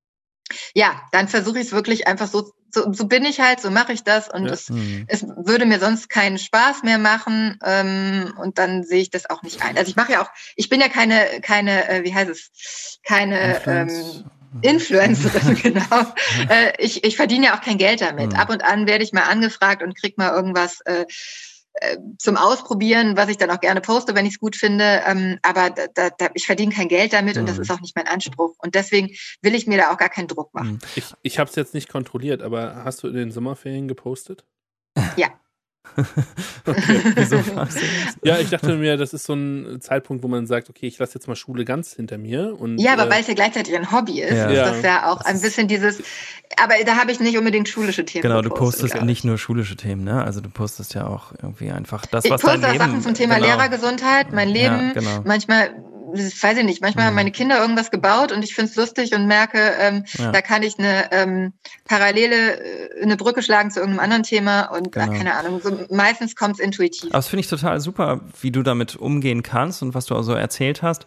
Speaker 1: ja, dann versuche ich es wirklich einfach so, so, so bin ich halt, so mache ich das und
Speaker 3: Ja.
Speaker 1: es,
Speaker 2: Mhm.
Speaker 1: es würde mir sonst keinen Spaß mehr machen ähm, und dann sehe ich das auch nicht ein. Also ich mache ja auch, ich bin ja keine, keine, äh, wie heißt es, keine
Speaker 2: Influence.
Speaker 1: ähm, Influencerin, genau. äh, ich, ich verdiene ja auch kein Geld damit.
Speaker 2: Mhm.
Speaker 1: Ab und an werde ich mal angefragt und krieg mal irgendwas äh, äh, zum Ausprobieren, was ich dann auch gerne poste, wenn ich es gut finde. Ähm, aber da, da, da, ich verdiene kein Geld damit und das
Speaker 2: Mhm.
Speaker 1: ist auch nicht mein Anspruch. Und deswegen will ich mir da auch gar keinen Druck machen.
Speaker 3: Ich, ich habe es jetzt nicht kontrolliert, aber hast du in den Sommerferien gepostet?
Speaker 1: Ja.
Speaker 2: Okay, wieso fragst du das?
Speaker 3: Ja, ich dachte mir, das ist so ein Zeitpunkt, wo man sagt, okay, ich lasse jetzt mal Schule ganz hinter mir. Und,
Speaker 1: Ja, aber
Speaker 3: äh,
Speaker 1: weil es ja gleichzeitig ein Hobby ist,
Speaker 2: Ja.
Speaker 1: ist
Speaker 3: Ja.
Speaker 1: das ja auch
Speaker 2: Das
Speaker 1: ein
Speaker 2: ist-
Speaker 1: bisschen dieses, aber da habe ich nicht unbedingt schulische Themen
Speaker 2: Genau, du
Speaker 1: gepostet,
Speaker 2: postest
Speaker 1: glaub
Speaker 2: nicht
Speaker 1: ich.
Speaker 2: nur schulische Themen, ne? Also du postest ja auch irgendwie einfach das,
Speaker 1: Ich
Speaker 2: was
Speaker 1: poste
Speaker 2: dein
Speaker 1: auch
Speaker 2: Leben...
Speaker 1: Sachen zum Thema
Speaker 2: genau.
Speaker 1: Lehrergesundheit, mein Leben.
Speaker 2: Ja, genau.
Speaker 1: Manchmal weiß ich nicht, manchmal mhm. haben meine Kinder irgendwas gebaut und ich finde es lustig und merke, ähm, ja. da kann ich eine ähm, Parallele, eine Brücke schlagen zu irgendeinem anderen Thema und genau. äh, keine Ahnung, so, meistens kommt es intuitiv.
Speaker 2: Aber das finde ich total super, wie du damit umgehen kannst und was du auch so erzählt hast.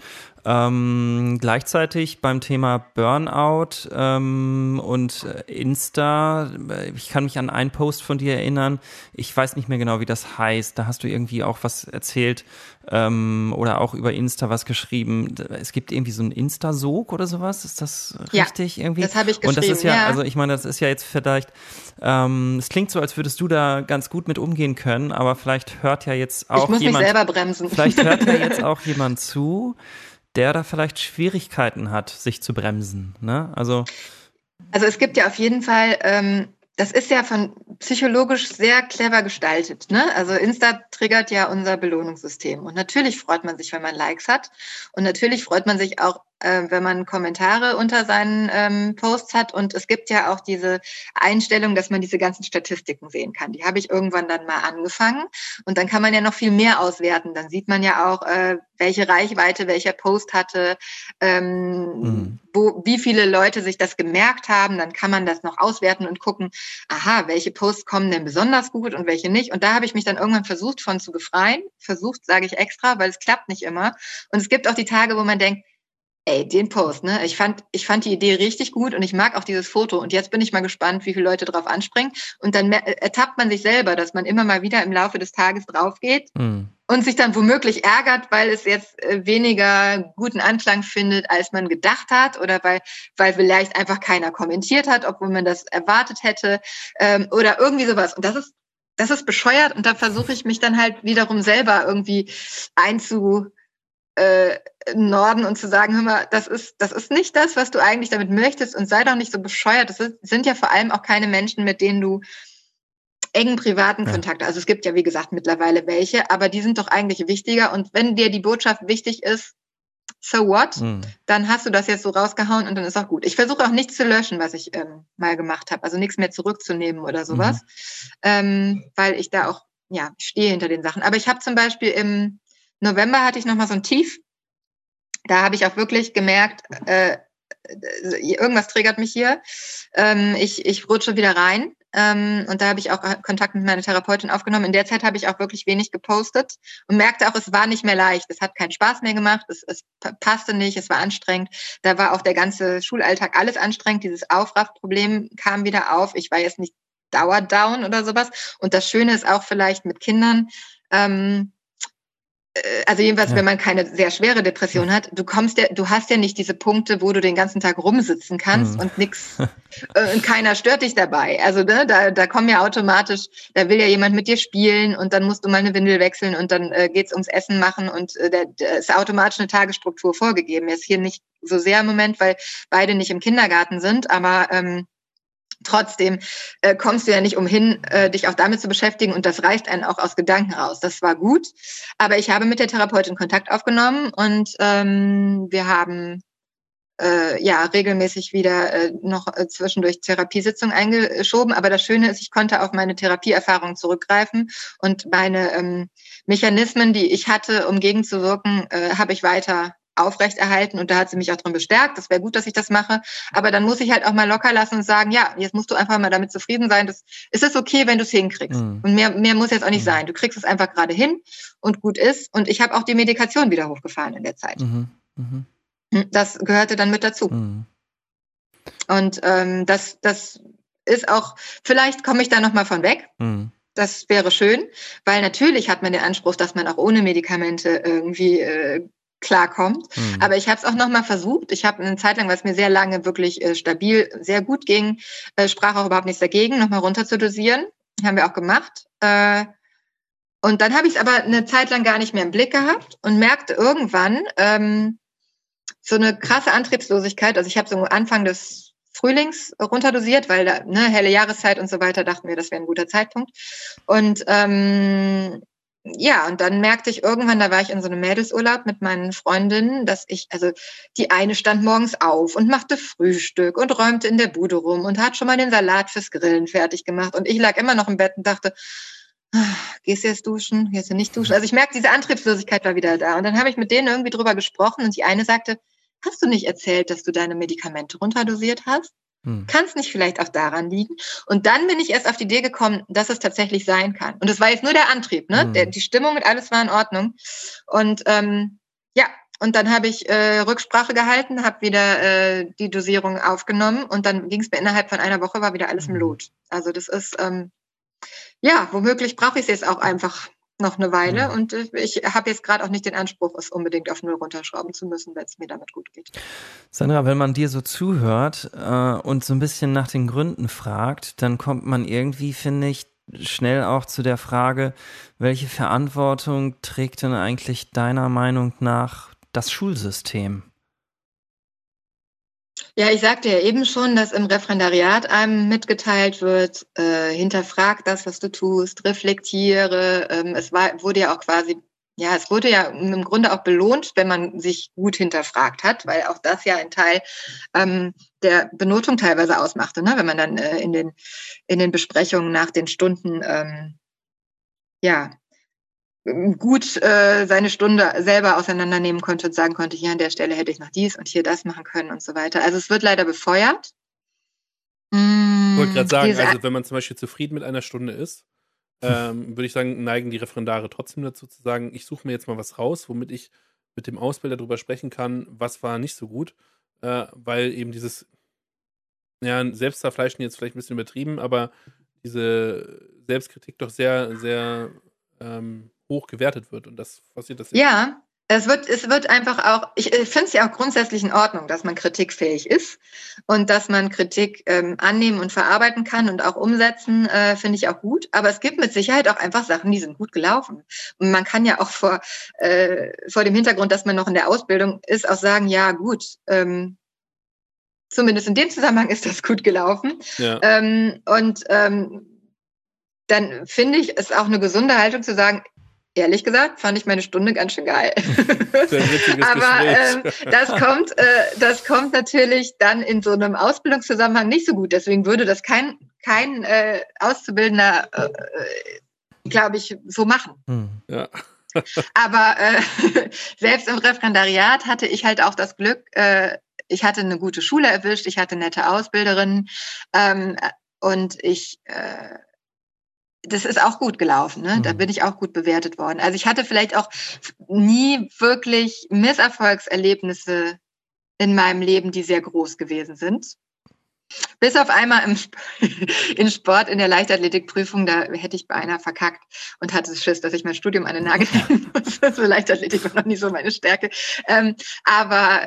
Speaker 2: Ähm, gleichzeitig beim Thema Burnout ähm, und Insta, ich kann mich an einen Post von dir erinnern, ich weiß nicht mehr genau, wie das heißt, da hast du irgendwie auch was erzählt ähm, oder auch über Insta was geschrieben. Es gibt irgendwie so einen Insta-Sog oder sowas, ist das richtig
Speaker 1: ja,
Speaker 2: irgendwie?
Speaker 1: Das habe ich geschrieben.
Speaker 2: Und das ist ja,
Speaker 1: ja,
Speaker 2: also ich meine, das ist ja jetzt vielleicht, ähm, es klingt so, als würdest du da ganz gut mit umgehen können, aber vielleicht hört ja jetzt auch jemand.
Speaker 1: Ich muss
Speaker 2: jemand,
Speaker 1: mich selber bremsen.
Speaker 2: Vielleicht hört ja jetzt auch jemand zu, der da vielleicht Schwierigkeiten hat, sich zu bremsen, ne? Also,
Speaker 1: also es gibt ja auf jeden Fall, ähm, das ist ja von psychologisch sehr clever gestaltet, ne? Also Insta triggert ja unser Belohnungssystem und natürlich freut man sich, wenn man Likes hat und natürlich freut man sich auch, äh, wenn man Kommentare unter seinen ähm, Posts hat und es gibt ja auch diese Einstellung, dass man diese ganzen Statistiken sehen kann. Die habe ich irgendwann dann mal angefangen und dann kann man ja noch viel mehr auswerten. Dann sieht man ja auch, äh, welche Reichweite welcher Post hatte, ähm, mhm. wo, wie viele Leute sich das gemerkt haben. Dann kann man das noch auswerten und gucken, aha, welche Posts kommen denn besonders gut und welche nicht. Und da habe ich mich dann irgendwann versucht von zu befreien. Versucht, sage ich extra, weil es klappt nicht immer. Und es gibt auch die Tage, wo man denkt, ey, den Post, ne? Ich fand, ich fand die Idee richtig gut und ich mag auch dieses Foto. Und jetzt bin ich mal gespannt, wie viele Leute drauf anspringen. Und dann ertappt man sich selber, dass man immer mal wieder im Laufe des Tages drauf geht mhm. und sich dann womöglich ärgert, weil es jetzt weniger guten Anklang findet, als man gedacht hat oder weil, weil vielleicht einfach keiner kommentiert hat, obwohl man das erwartet hätte ähm, oder irgendwie sowas. Und das ist, das ist bescheuert und da versuche ich mich dann halt wiederum selber irgendwie einzu Äh, Norden und zu sagen, hör mal, das ist, das ist nicht das, was du eigentlich damit möchtest und sei doch nicht so bescheuert. Das ist, sind ja vor allem auch keine Menschen, mit denen du engen privaten ja. Kontakt hast. Also es gibt ja, wie gesagt, mittlerweile welche, aber die sind doch eigentlich wichtiger und wenn dir die Botschaft wichtig ist, so what? Mhm. Dann hast du das jetzt so rausgehauen und dann ist auch gut. Ich versuche auch nichts zu löschen, was ich ähm, mal gemacht habe, also nichts mehr zurückzunehmen oder sowas, mhm. ähm, weil ich da auch, ja, stehe hinter den Sachen. Aber ich habe zum Beispiel im November hatte ich nochmal so ein Tief. Da habe ich auch wirklich gemerkt, äh, irgendwas triggert mich hier. Ähm, ich, ich rutsche wieder rein. Ähm, und da habe ich auch Kontakt mit meiner Therapeutin aufgenommen. In der Zeit habe ich auch wirklich wenig gepostet und merkte auch, es war nicht mehr leicht. Es hat keinen Spaß mehr gemacht. Es, es passte nicht. Es war anstrengend. Da war auch der ganze Schulalltag alles anstrengend. Dieses Aufraffproblem kam wieder auf. Ich war jetzt nicht dauerdown oder sowas. Und das Schöne ist auch vielleicht mit Kindern, ähm, also jedenfalls, ja. wenn man keine sehr schwere Depression hat, du kommst ja, du hast ja nicht diese Punkte, wo du den ganzen Tag rumsitzen kannst mhm. und nix, äh, und keiner stört dich dabei. Also ne, da, da kommen ja automatisch, da will ja jemand mit dir spielen und dann musst du mal eine Windel wechseln und dann äh, geht's ums Essen machen und äh, da, da ist automatisch eine Tagesstruktur vorgegeben. Jetzt hier nicht so sehr im Moment, weil beide nicht im Kindergarten sind, aber ähm, trotzdem äh, kommst du ja nicht umhin, äh, dich auch damit zu beschäftigen und das reißt einen auch aus Gedanken raus. Das war gut, aber ich habe mit der Therapeutin Kontakt aufgenommen und ähm, wir haben äh, ja regelmäßig wieder äh, noch äh, zwischendurch Therapiesitzungen eingeschoben, aber das Schöne ist, ich konnte auf meine Therapieerfahrung zurückgreifen und meine ähm, Mechanismen, die ich hatte, um gegenzuwirken, äh, habe ich weiter aufrechterhalten und da hat sie mich auch drin bestärkt. Das wäre gut, dass ich das mache. Aber dann muss ich halt auch mal locker lassen und sagen, ja, jetzt musst du einfach mal damit zufrieden sein. Das, es ist okay, wenn du es hinkriegst. Mhm. Und mehr, mehr muss jetzt auch nicht mhm. sein. Du kriegst es einfach gerade hin und gut ist. Und ich habe auch die Medikation wieder hochgefahren in der Zeit. Mhm. Mhm. Das gehörte dann mit dazu. Mhm. Und ähm, das, das ist auch, vielleicht komme ich da nochmal von weg. Mhm. Das wäre schön, weil natürlich hat man den Anspruch, dass man auch ohne Medikamente irgendwie äh, klarkommt. Mhm. Aber ich habe es auch nochmal versucht. Ich habe eine Zeit lang, was mir sehr lange wirklich äh, stabil, sehr gut ging, äh, sprach auch überhaupt nichts dagegen, nochmal runter zu dosieren. Haben wir auch gemacht. Äh, und dann habe ich es aber eine Zeit lang gar nicht mehr im Blick gehabt und merkte irgendwann ähm, so eine krasse Antriebslosigkeit. Also ich habe so Anfang des Frühlings runterdosiert, weil da, ne, helle Jahreszeit und so weiter, dachten wir, das wäre ein guter Zeitpunkt. Und ähm, ja, und dann merkte ich irgendwann, da war ich in so einem Mädelsurlaub mit meinen Freundinnen, dass ich, also die eine stand morgens auf und machte Frühstück und räumte in der Bude rum und hat schon mal den Salat fürs Grillen fertig gemacht. Und ich lag immer noch im Bett und dachte, gehst du jetzt duschen, gehst du nicht duschen? Also ich merke, diese Antriebslosigkeit war wieder da. Und dann habe ich mit denen irgendwie drüber gesprochen und die eine sagte, hast du nicht erzählt, dass du deine Medikamente runterdosiert hast? Hm. Kann es nicht vielleicht auch daran liegen? Und dann bin ich erst auf die Idee gekommen, dass es tatsächlich sein kann. Und das war jetzt nur der Antrieb, ne? Hm. Der, die Stimmung und alles war in Ordnung. Und ähm, ja, und dann habe ich äh, Rücksprache gehalten, habe wieder äh, die Dosierung aufgenommen und dann ging es mir innerhalb von einer Woche, war wieder alles im Lot. Also das ist, ähm, ja, womöglich brauche ich es jetzt auch einfach noch eine Weile. Ja. Und ich habe jetzt gerade auch nicht den Anspruch, es unbedingt auf Null runterschrauben zu müssen, wenn es mir damit gut geht.
Speaker 2: Sandra, wenn man dir so zuhört äh, und so ein bisschen nach den Gründen fragt, dann kommt man irgendwie, finde ich, schnell auch zu der Frage, welche Verantwortung trägt denn eigentlich deiner Meinung nach das Schulsystem?
Speaker 1: Ja, ich sagte ja eben schon, dass im Referendariat einem mitgeteilt wird, äh, hinterfrag das, was du tust, reflektiere. Ähm, es war, wurde ja auch quasi, ja, es wurde ja im Grunde auch belohnt, wenn man sich gut hinterfragt hat, weil auch das ja ein Teil ähm, der Benotung teilweise ausmachte, ne? Wenn man dann äh, in den in den Besprechungen nach den Stunden ähm, ja gut äh, seine Stunde selber auseinandernehmen konnte und sagen konnte, hier an der Stelle hätte ich noch dies und hier das machen können und so weiter. Also es wird leider befeuert.
Speaker 3: Ich wollte gerade sagen, Diese also wenn man zum Beispiel zufrieden mit einer Stunde ist, ähm, würde ich sagen, neigen die Referendare trotzdem dazu zu sagen, ich suche mir jetzt mal was raus, womit ich mit dem Ausbilder drüber sprechen kann, was war nicht so gut, äh, weil eben dieses, ja, Selbstzerfleischen jetzt vielleicht ein bisschen übertrieben, aber diese Selbstkritik doch sehr, sehr ähm, hoch gewertet wird und das passiert das
Speaker 1: ja, es wird, es wird einfach auch, ich, ich finde es ja auch grundsätzlich in Ordnung, dass man kritikfähig ist und dass man Kritik ähm, annehmen und verarbeiten kann und auch umsetzen, äh, finde ich auch gut, aber es gibt mit Sicherheit auch einfach Sachen, die sind gut gelaufen und man kann ja auch vor, äh, vor dem Hintergrund, dass man noch in der Ausbildung ist, auch sagen, ja gut, ähm, zumindest in dem Zusammenhang ist das gut gelaufen ja. ähm, und ähm, dann finde ich es auch eine gesunde Haltung zu sagen, ehrlich gesagt, fand ich meine Stunde ganz schön geil. Aber ähm, das kommt, äh, das kommt natürlich dann in so einem Ausbildungszusammenhang nicht so gut. Deswegen würde das kein, kein äh, Auszubildender, äh, glaube ich, so machen. Hm. Ja. Aber äh, selbst im Referendariat hatte ich halt auch das Glück, äh, ich hatte eine gute Schule erwischt, ich hatte nette Ausbilderinnen ähm, und ich äh, das ist auch gut gelaufen, ne? Da bin ich auch gut bewertet worden. Also ich hatte vielleicht auch nie wirklich Misserfolgserlebnisse in meinem Leben, die sehr groß gewesen sind. Bis auf einmal im Sp- in Sport, in der Leichtathletikprüfung, da hätte ich beinahe verkackt und hatte Schiss, dass ich mein Studium an den Nagel hängen muss. Also Leichtathletik war noch nicht so meine Stärke. Ähm, aber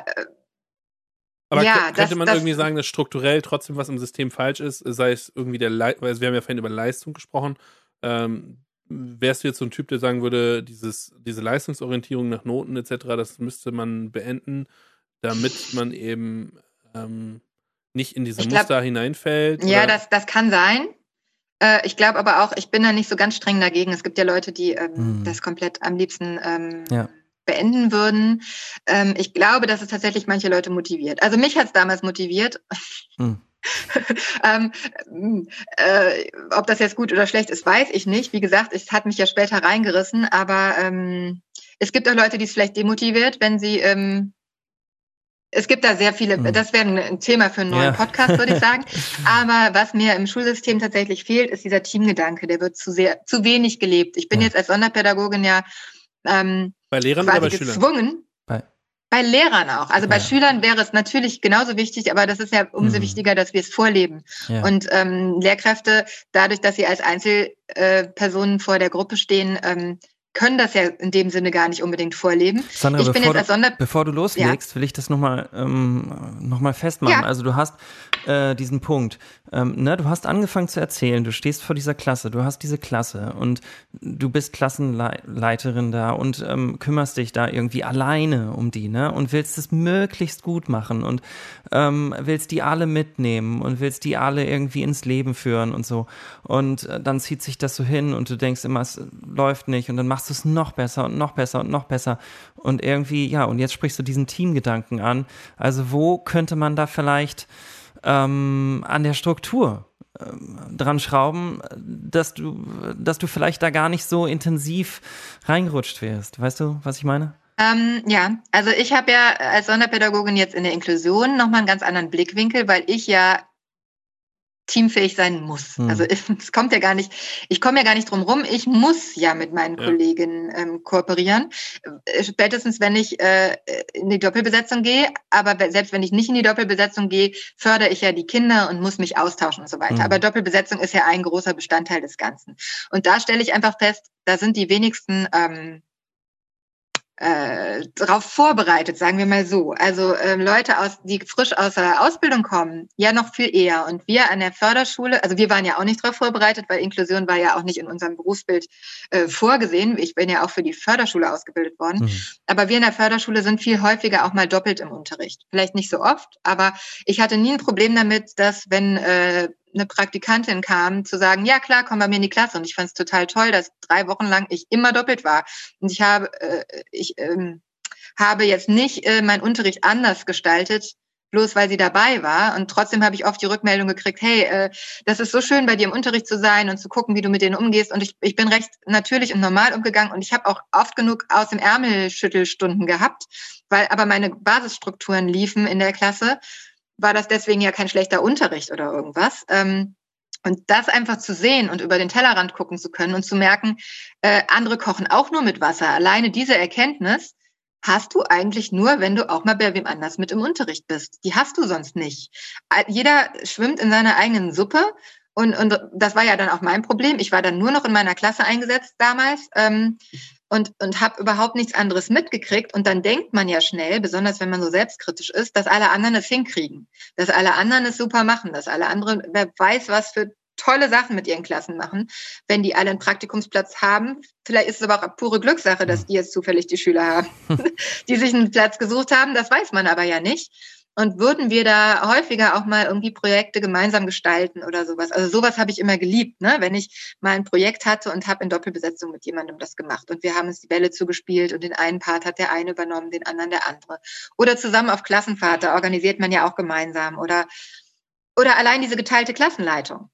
Speaker 3: Aber
Speaker 1: ja,
Speaker 3: könnte
Speaker 1: das,
Speaker 3: man
Speaker 1: das,
Speaker 3: irgendwie sagen, dass strukturell trotzdem was im System falsch ist, sei es irgendwie der, Le- weil wir haben ja vorhin über Leistung gesprochen, ähm, wärst du jetzt so ein Typ, der sagen würde, dieses, diese Leistungsorientierung nach Noten et cetera, das müsste man beenden, damit man eben ähm, nicht in diese
Speaker 1: ich glaub,
Speaker 3: Muster hineinfällt?
Speaker 1: Ja,
Speaker 3: oder?
Speaker 1: das, das kann sein. Äh, ich glaube aber auch, ich bin da nicht so ganz streng dagegen. Es gibt ja Leute, die ähm, hm. das komplett am liebsten ähm, ja. beenden würden. Ähm, ich glaube, dass es tatsächlich manche Leute motiviert. Also mich hat es damals motiviert. Hm. ähm, äh, ob das jetzt gut oder schlecht ist, weiß ich nicht. Wie gesagt, es hat mich ja später reingerissen, aber ähm, es gibt auch Leute, die es vielleicht demotiviert, wenn sie ähm, es gibt da sehr viele, hm. das wäre ein Thema für einen neuen ja. Podcast, würde ich sagen. Aber was mir im Schulsystem tatsächlich fehlt, ist dieser Teamgedanke. Der wird zu sehr, zu wenig gelebt. Ich bin ja. jetzt als Sonderpädagogin ja ähm,
Speaker 3: bei Lehrern
Speaker 1: quasi
Speaker 3: oder bei
Speaker 1: gezwungen.
Speaker 3: Schülern?
Speaker 1: Bei, bei Lehrern auch. Also ja. bei Schülern wäre es natürlich genauso wichtig, aber das ist ja umso hm. wichtiger, dass wir es vorleben. Ja. Und ähm, Lehrkräfte, dadurch, dass sie als Einzelpersonen äh, vor der Gruppe stehen, ähm, können das ja in dem Sinne gar nicht unbedingt vorleben.
Speaker 2: Sandra,
Speaker 1: ich bin
Speaker 2: bevor,
Speaker 1: jetzt als Sonder-
Speaker 2: du, bevor du loslegst, ja. will ich das nochmal ähm, noch mal festmachen. Ja. Also du hast äh, diesen Punkt. Ähm, ne? Du hast angefangen zu erzählen, du stehst vor dieser Klasse, du hast diese Klasse und du bist Klassenleiterin da und ähm, kümmerst dich da irgendwie alleine um die, ne? Und willst es möglichst gut machen und ähm, willst die alle mitnehmen und willst die alle irgendwie ins Leben führen und so. Und äh, dann zieht sich das so hin und du denkst immer, es läuft nicht und dann machst du es noch besser und noch besser und noch besser. Und irgendwie, ja, und jetzt sprichst du diesen Teamgedanken an. Also wo könnte man da vielleicht ähm, an der Struktur dran schrauben, dass du, dass du vielleicht da gar nicht so intensiv reingerutscht wärst. Weißt du, was ich meine?
Speaker 1: Ähm, ja, also ich habe ja als Sonderpädagogin jetzt in der Inklusion nochmal einen ganz anderen Blickwinkel, weil ich ja teamfähig sein muss. Hm. Also es kommt ja gar nicht, ich komme ja gar nicht drum rum, ich muss ja mit meinen ja. Kolleginnen ähm, kooperieren. Spätestens, wenn ich äh, in die Doppelbesetzung gehe, aber selbst wenn ich nicht in die Doppelbesetzung gehe, fördere ich ja die Kinder und muss mich austauschen und so weiter. Hm. Aber Doppelbesetzung ist ja ein großer Bestandteil des Ganzen. Und da stelle ich einfach fest, da sind die wenigsten ähm, Äh, darauf vorbereitet, sagen wir mal so. Also ähm, Leute, aus, die frisch aus der Ausbildung kommen, ja noch viel eher. Und wir an der Förderschule, also wir waren ja auch nicht darauf vorbereitet, weil Inklusion war ja auch nicht in unserem Berufsbild äh, vorgesehen. Ich bin ja auch für die Förderschule ausgebildet worden. Mhm. Aber wir in der Förderschule sind viel häufiger auch mal doppelt im Unterricht. Vielleicht nicht so oft, aber ich hatte nie ein Problem damit, dass wenn äh, eine Praktikantin kam, zu sagen, ja klar, komm bei mir in die Klasse. Und ich fand es total toll, dass drei Wochen lang ich immer doppelt war. Und ich habe, äh, ich ähm, habe jetzt nicht äh, meinen Unterricht anders gestaltet, bloß weil sie dabei war. Und trotzdem habe ich oft die Rückmeldung gekriegt, hey, äh, das ist so schön, bei dir im Unterricht zu sein und zu gucken, wie du mit denen umgehst. Und ich, ich bin recht natürlich und normal umgegangen. Und ich habe auch oft genug aus dem Ärmel Schüttelstunden gehabt, weil aber meine Basisstrukturen liefen in der Klasse, war das deswegen ja kein schlechter Unterricht oder irgendwas. Ähm, und das einfach zu sehen und über den Tellerrand gucken zu können und zu merken, äh, andere kochen auch nur mit Wasser. Alleine diese Erkenntnis hast du eigentlich nur, wenn du auch mal bei wem anders mit im Unterricht bist. Die hast du sonst nicht. Jeder schwimmt in seiner eigenen Suppe. Und, und das war ja dann auch mein Problem. Ich war dann nur noch in meiner Klasse eingesetzt damals. Ähm, und, und habe überhaupt nichts anderes mitgekriegt. Und dann denkt man ja schnell, besonders wenn man so selbstkritisch ist, dass alle anderen es hinkriegen, dass alle anderen es super machen, dass alle anderen, wer weiß, was für tolle Sachen mit ihren Klassen machen, wenn die alle einen Praktikumsplatz haben. Vielleicht ist es aber auch pure Glückssache, dass die jetzt zufällig die Schüler haben, die sich einen Platz gesucht haben. Das weiß man aber ja nicht. Und würden wir da häufiger auch mal irgendwie Projekte gemeinsam gestalten oder sowas. Also sowas habe ich immer geliebt, ne? Wenn ich mal ein Projekt hatte und habe in Doppelbesetzung mit jemandem das gemacht. Und wir haben uns die Bälle zugespielt und den einen Part hat der eine übernommen, den anderen der andere. Oder zusammen auf Klassenfahrt, da organisiert man ja auch gemeinsam. Oder, oder allein diese geteilte Klassenleitung.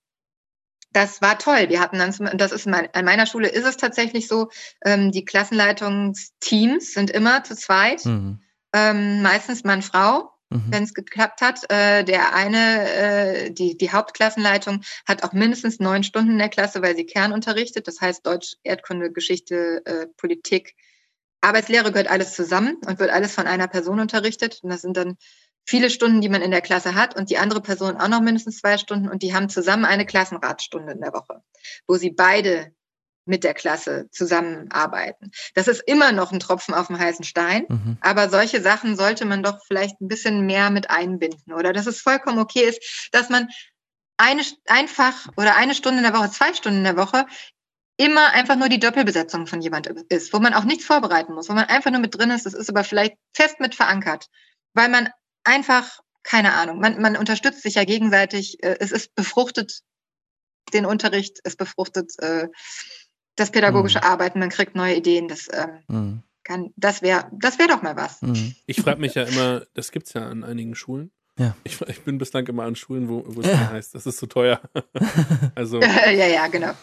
Speaker 1: Das war toll. Wir hatten dann, das ist mein, an meiner Schule ist es tatsächlich so, ähm, die Klassenleitungsteams sind immer zu zweit, mhm. ähm, meistens Mann, Frau. Mhm. Wenn es geklappt hat. Äh, der eine, äh, die, die Hauptklassenleitung hat auch mindestens neun Stunden in der Klasse, weil sie Kern unterrichtet. Das heißt Deutsch, Erdkunde, Geschichte, äh, Politik. Arbeitslehre gehört alles zusammen und wird alles von einer Person unterrichtet. Und das sind dann viele Stunden, die man in der Klasse hat und die andere Person auch noch mindestens zwei Stunden. Und die haben zusammen eine Klassenratstunde in der Woche, wo sie beide mit der Klasse zusammenarbeiten. Das ist immer noch ein Tropfen auf dem heißen Stein, mhm. aber solche Sachen sollte man doch vielleicht ein bisschen mehr mit einbinden oder dass es vollkommen okay ist, dass man eine einfach oder eine Stunde in der Woche, zwei Stunden in der Woche immer einfach nur die Doppelbesetzung von jemand ist, wo man auch nichts vorbereiten muss, wo man einfach nur mit drin ist, das ist aber vielleicht fest mit verankert, weil man einfach, keine Ahnung, man, man unterstützt sich ja gegenseitig, es ist befruchtet den Unterricht, es befruchtet äh, das pädagogische mhm. Arbeiten, man kriegt neue Ideen, das ähm, mhm. kann, das wäre das wäre doch mal was.
Speaker 3: Mhm. Ich frage mich ja immer, das gibt's ja an einigen Schulen.
Speaker 2: Ja.
Speaker 3: Ich, ich bin bislang immer an Schulen, wo, wo es ja. heißt, das ist zu teuer. Also
Speaker 1: ja, ja, genau.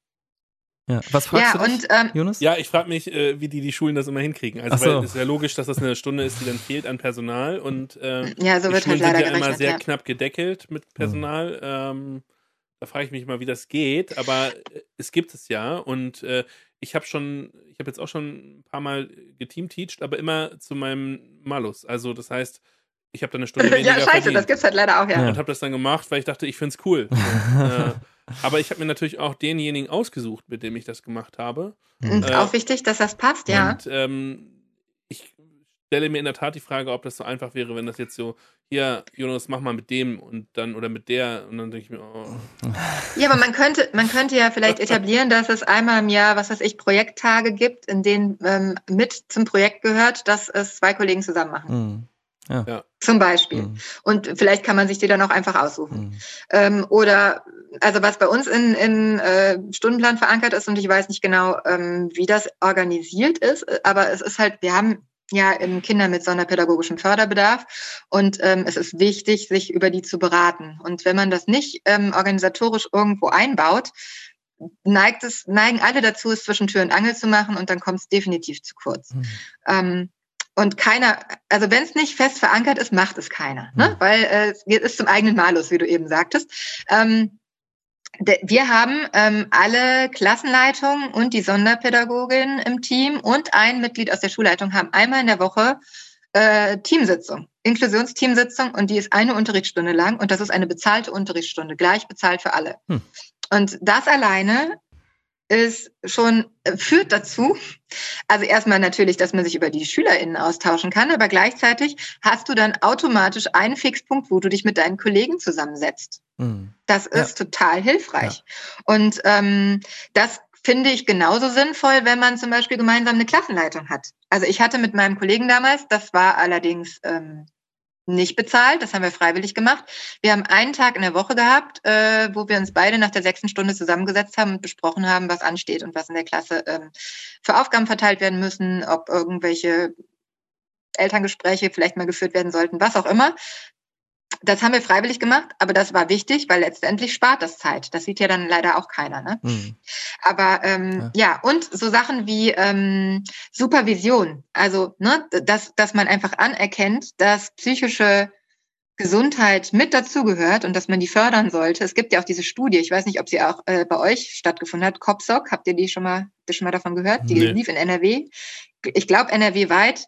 Speaker 2: Ja. Was fragst
Speaker 1: ja,
Speaker 2: du dich,
Speaker 1: und, ähm,
Speaker 2: Jonas?
Speaker 3: Ja, ich frage mich, äh, wie die die Schulen das immer hinkriegen. Also,
Speaker 2: so.
Speaker 3: weil es ist ja logisch, dass das eine Stunde ist, die dann fehlt an Personal und äh,
Speaker 1: ja, so
Speaker 3: die
Speaker 1: wird
Speaker 3: Schulen
Speaker 1: halt leider
Speaker 3: sind ja immer
Speaker 1: gerechnet,
Speaker 3: sehr
Speaker 1: ja.
Speaker 3: knapp gedeckelt mit Personal. Mhm. Ähm, da frage ich mich mal, wie das geht, aber äh, es gibt es ja und äh, ich habe schon, ich habe jetzt auch schon ein paar Mal geteamteacht, aber immer zu meinem Malus. Also das heißt, ich habe dann eine Stunde weniger
Speaker 1: Ja, scheiße,
Speaker 3: verdient.
Speaker 1: das gibt's halt leider auch, ja.
Speaker 3: Und habe das dann gemacht, weil ich dachte, ich find's cool. So, äh, aber ich habe mir natürlich auch denjenigen ausgesucht, mit dem ich das gemacht habe.
Speaker 1: Und
Speaker 3: äh,
Speaker 1: auch wichtig, dass das passt, ja.
Speaker 3: Und ähm, ich stelle mir in der Tat die Frage, ob das so einfach wäre, wenn das jetzt so, hier, Jonas, mach mal mit dem und dann oder mit der und dann denke ich mir, oh.
Speaker 1: Ja, aber man könnte, man könnte ja vielleicht etablieren, dass es einmal im Jahr, was weiß ich, Projekttage gibt, in denen ähm, mit zum Projekt gehört, dass es zwei Kollegen zusammen machen.
Speaker 2: Mhm. Ja.
Speaker 3: Ja.
Speaker 1: Zum Beispiel.
Speaker 2: Mhm.
Speaker 1: Und vielleicht kann man sich die dann auch einfach aussuchen.
Speaker 2: Mhm.
Speaker 1: Ähm, oder, also was bei uns in, im äh, Stundenplan verankert ist, und ich weiß nicht genau, ähm, wie das organisiert ist, aber es ist halt, wir haben ja, Kinder mit sonderpädagogischem Förderbedarf. Und ähm, es ist wichtig, sich über die zu beraten. Und wenn man das nicht ähm, organisatorisch irgendwo einbaut, neigt es, neigen alle dazu, es zwischen Tür und Angel zu machen und dann kommt es definitiv zu kurz. Mhm. Ähm, und keiner, also wenn es nicht fest verankert ist, macht es keiner. Mhm. Ne? Weil äh, es ist zum eigenen Malus, wie du eben sagtest. Ähm, Wir haben ähm, alle Klassenleitungen und die Sonderpädagogin im Team und ein Mitglied aus der Schulleitung haben einmal in der Woche äh, Teamsitzung, Inklusionsteamsitzung, und die ist eine Unterrichtsstunde lang und das ist eine bezahlte Unterrichtsstunde, gleich bezahlt für alle. Hm. Und das alleine ist schon, äh, führt dazu, also erstmal natürlich, dass man sich über die SchülerInnen austauschen kann, aber gleichzeitig hast du dann automatisch einen Fixpunkt, wo du dich mit deinen Kollegen zusammensetzt. Mhm. Das ist ja. total hilfreich. Ja. Und ähm, das finde ich genauso sinnvoll, wenn man zum Beispiel gemeinsam eine Klassenleitung hat. Also ich hatte mit meinem Kollegen damals, das war allerdings ähm, nicht bezahlt, das haben wir freiwillig gemacht. Wir haben einen Tag in der Woche gehabt, äh, wo wir uns beide nach der sechsten Stunde zusammengesetzt haben und besprochen haben, was ansteht und was in der Klasse ähm, für Aufgaben verteilt werden müssen, ob irgendwelche Elterngespräche vielleicht mal geführt werden sollten, was auch immer. Das haben wir freiwillig gemacht, aber das war wichtig, weil letztendlich spart das Zeit. Das sieht ja dann leider auch keiner. Ne? Mhm. Aber ähm, ja. ja, und so Sachen wie ähm, Supervision, also ne, dass, dass man einfach anerkennt, dass psychische Gesundheit mit dazugehört und dass man die fördern sollte. Es gibt ja auch diese Studie, ich weiß nicht, ob sie auch äh, bei euch stattgefunden hat, COPSOC, habt ihr die schon mal, habt ihr schon mal davon gehört? Die nee. lief in N R W. Ich glaube N R W weit.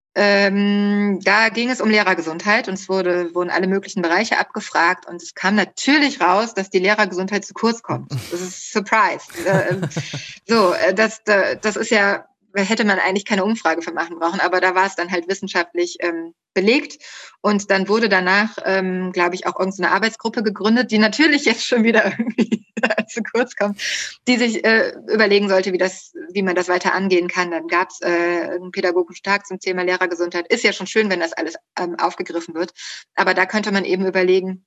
Speaker 1: Ähm, da ging es um Lehrergesundheit und es wurde, wurden alle möglichen Bereiche abgefragt und es kam natürlich raus, dass die Lehrergesundheit zu kurz kommt. Das ist Surprise. äh, so, das, das ist ja, hätte man eigentlich keine Umfrage für machen brauchen, aber da war es dann halt wissenschaftlich ähm, belegt und dann wurde danach, ähm, glaube ich, auch irgendeine Arbeitsgruppe gegründet, die natürlich jetzt schon wieder irgendwie zu kurz kommt, die sich äh, überlegen sollte, wie das, wie man das weiter angehen kann. Dann gab es äh, einen pädagogischen Tag zum Thema Lehrergesundheit. Ist ja schon schön, wenn das alles ähm, aufgegriffen wird, aber da könnte man eben überlegen,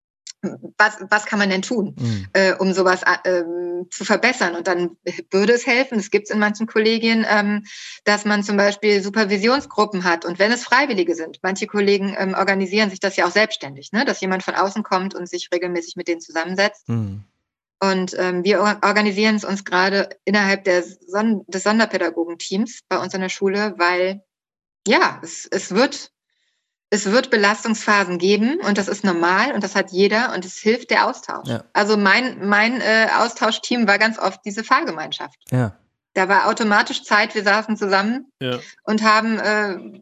Speaker 1: Was, was kann man denn tun, mhm. äh, um sowas äh, zu verbessern? Und dann würde es helfen, es gibt es in manchen Kollegien, ähm, dass man zum Beispiel Supervisionsgruppen hat. Und wenn es Freiwillige sind, manche Kollegen ähm, organisieren sich das ja auch selbstständig, ne? Dass jemand von außen kommt und sich regelmäßig mit denen zusammensetzt. Mhm. Und ähm, wir organisieren es uns gerade innerhalb der Son- des Sonderpädagogenteams bei uns an der Schule, weil ja, es, es wird Es wird Belastungsphasen geben und das ist normal und das hat jeder und es hilft der Austausch. Ja. Also mein, mein äh, Austauschteam war ganz oft diese Fahrgemeinschaft. Ja. Da war automatisch Zeit, wir saßen zusammen ja. und haben äh,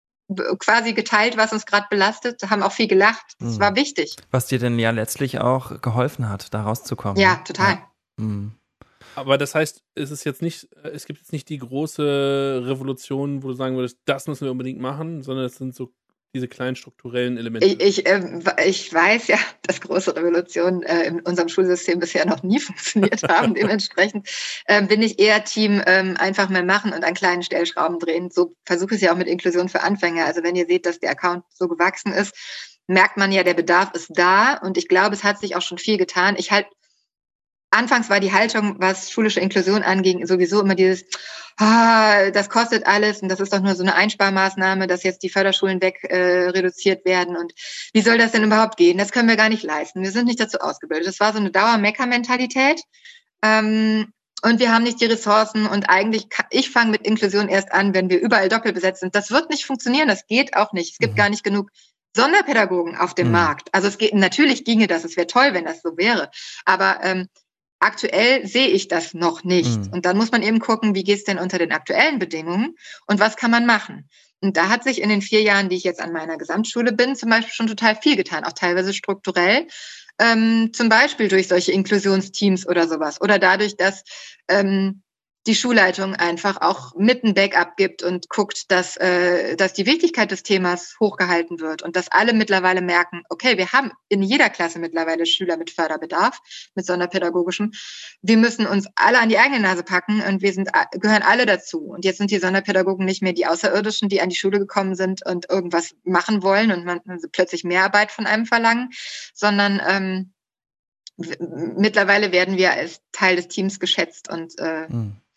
Speaker 1: quasi geteilt, was uns gerade belastet, haben auch viel gelacht. Das mhm. war wichtig.
Speaker 2: Was dir denn ja letztlich auch geholfen hat, da rauszukommen.
Speaker 1: Ja, ne? total. Ja.
Speaker 2: Mhm.
Speaker 3: Aber das heißt, es ist jetzt nicht, es gibt jetzt nicht die große Revolution, wo du sagen würdest, das müssen wir unbedingt machen, sondern es sind so diese kleinen strukturellen Elemente.
Speaker 1: Ich, ich, äh, ich weiß ja, dass große Revolutionen äh, in unserem Schulsystem bisher noch nie funktioniert haben. Dementsprechend äh, bin ich eher Team ähm, einfach mal machen und an kleinen Stellschrauben drehen. So versuche ich es ja auch mit Inklusion für Anfänger. Also wenn ihr seht, dass der Account so gewachsen ist, merkt man ja, der Bedarf ist da. Und ich glaube, es hat sich auch schon viel getan. Ich halt Anfangs war die Haltung, was schulische Inklusion anging, sowieso immer dieses, ah, das kostet alles und das ist doch nur so eine Einsparmaßnahme, dass jetzt die Förderschulen weg äh, reduziert werden und wie soll das denn überhaupt gehen? Das können wir gar nicht leisten. Wir sind nicht dazu ausgebildet. Das war so eine Dauer-Mecker-Mentalität ähm, und wir haben nicht die Ressourcen und eigentlich, kann, ich fange mit Inklusion erst an, wenn wir überall doppelt besetzt sind. Das wird nicht funktionieren, das geht auch nicht. Es gibt mhm. gar nicht genug Sonderpädagogen auf dem mhm. Markt. Also es geht, natürlich ginge das, es wäre toll, wenn das so wäre, aber ähm, aktuell sehe ich das noch nicht. Mhm. Und dann muss man eben gucken, wie geht es denn unter den aktuellen Bedingungen und was kann man machen. Und da hat sich in den vier Jahren, die ich jetzt an meiner Gesamtschule bin, zum Beispiel schon total viel getan, auch teilweise strukturell, ähm, zum Beispiel durch solche Inklusionsteams oder sowas oder dadurch, dass ähm, die Schulleitung einfach auch mit ein Backup gibt und guckt, dass, äh, dass die Wichtigkeit des Themas hochgehalten wird und dass alle mittlerweile merken, okay, wir haben in jeder Klasse mittlerweile Schüler mit Förderbedarf, mit sonderpädagogischem. Wir müssen uns alle an die eigene Nase packen und wir sind, gehören alle dazu. Und jetzt sind die Sonderpädagogen nicht mehr die Außerirdischen, die an die Schule gekommen sind und irgendwas machen wollen und man plötzlich Mehrarbeit von einem verlangen, sondern ähm, w- mittlerweile werden wir als Teil des Teams geschätzt und äh, mhm.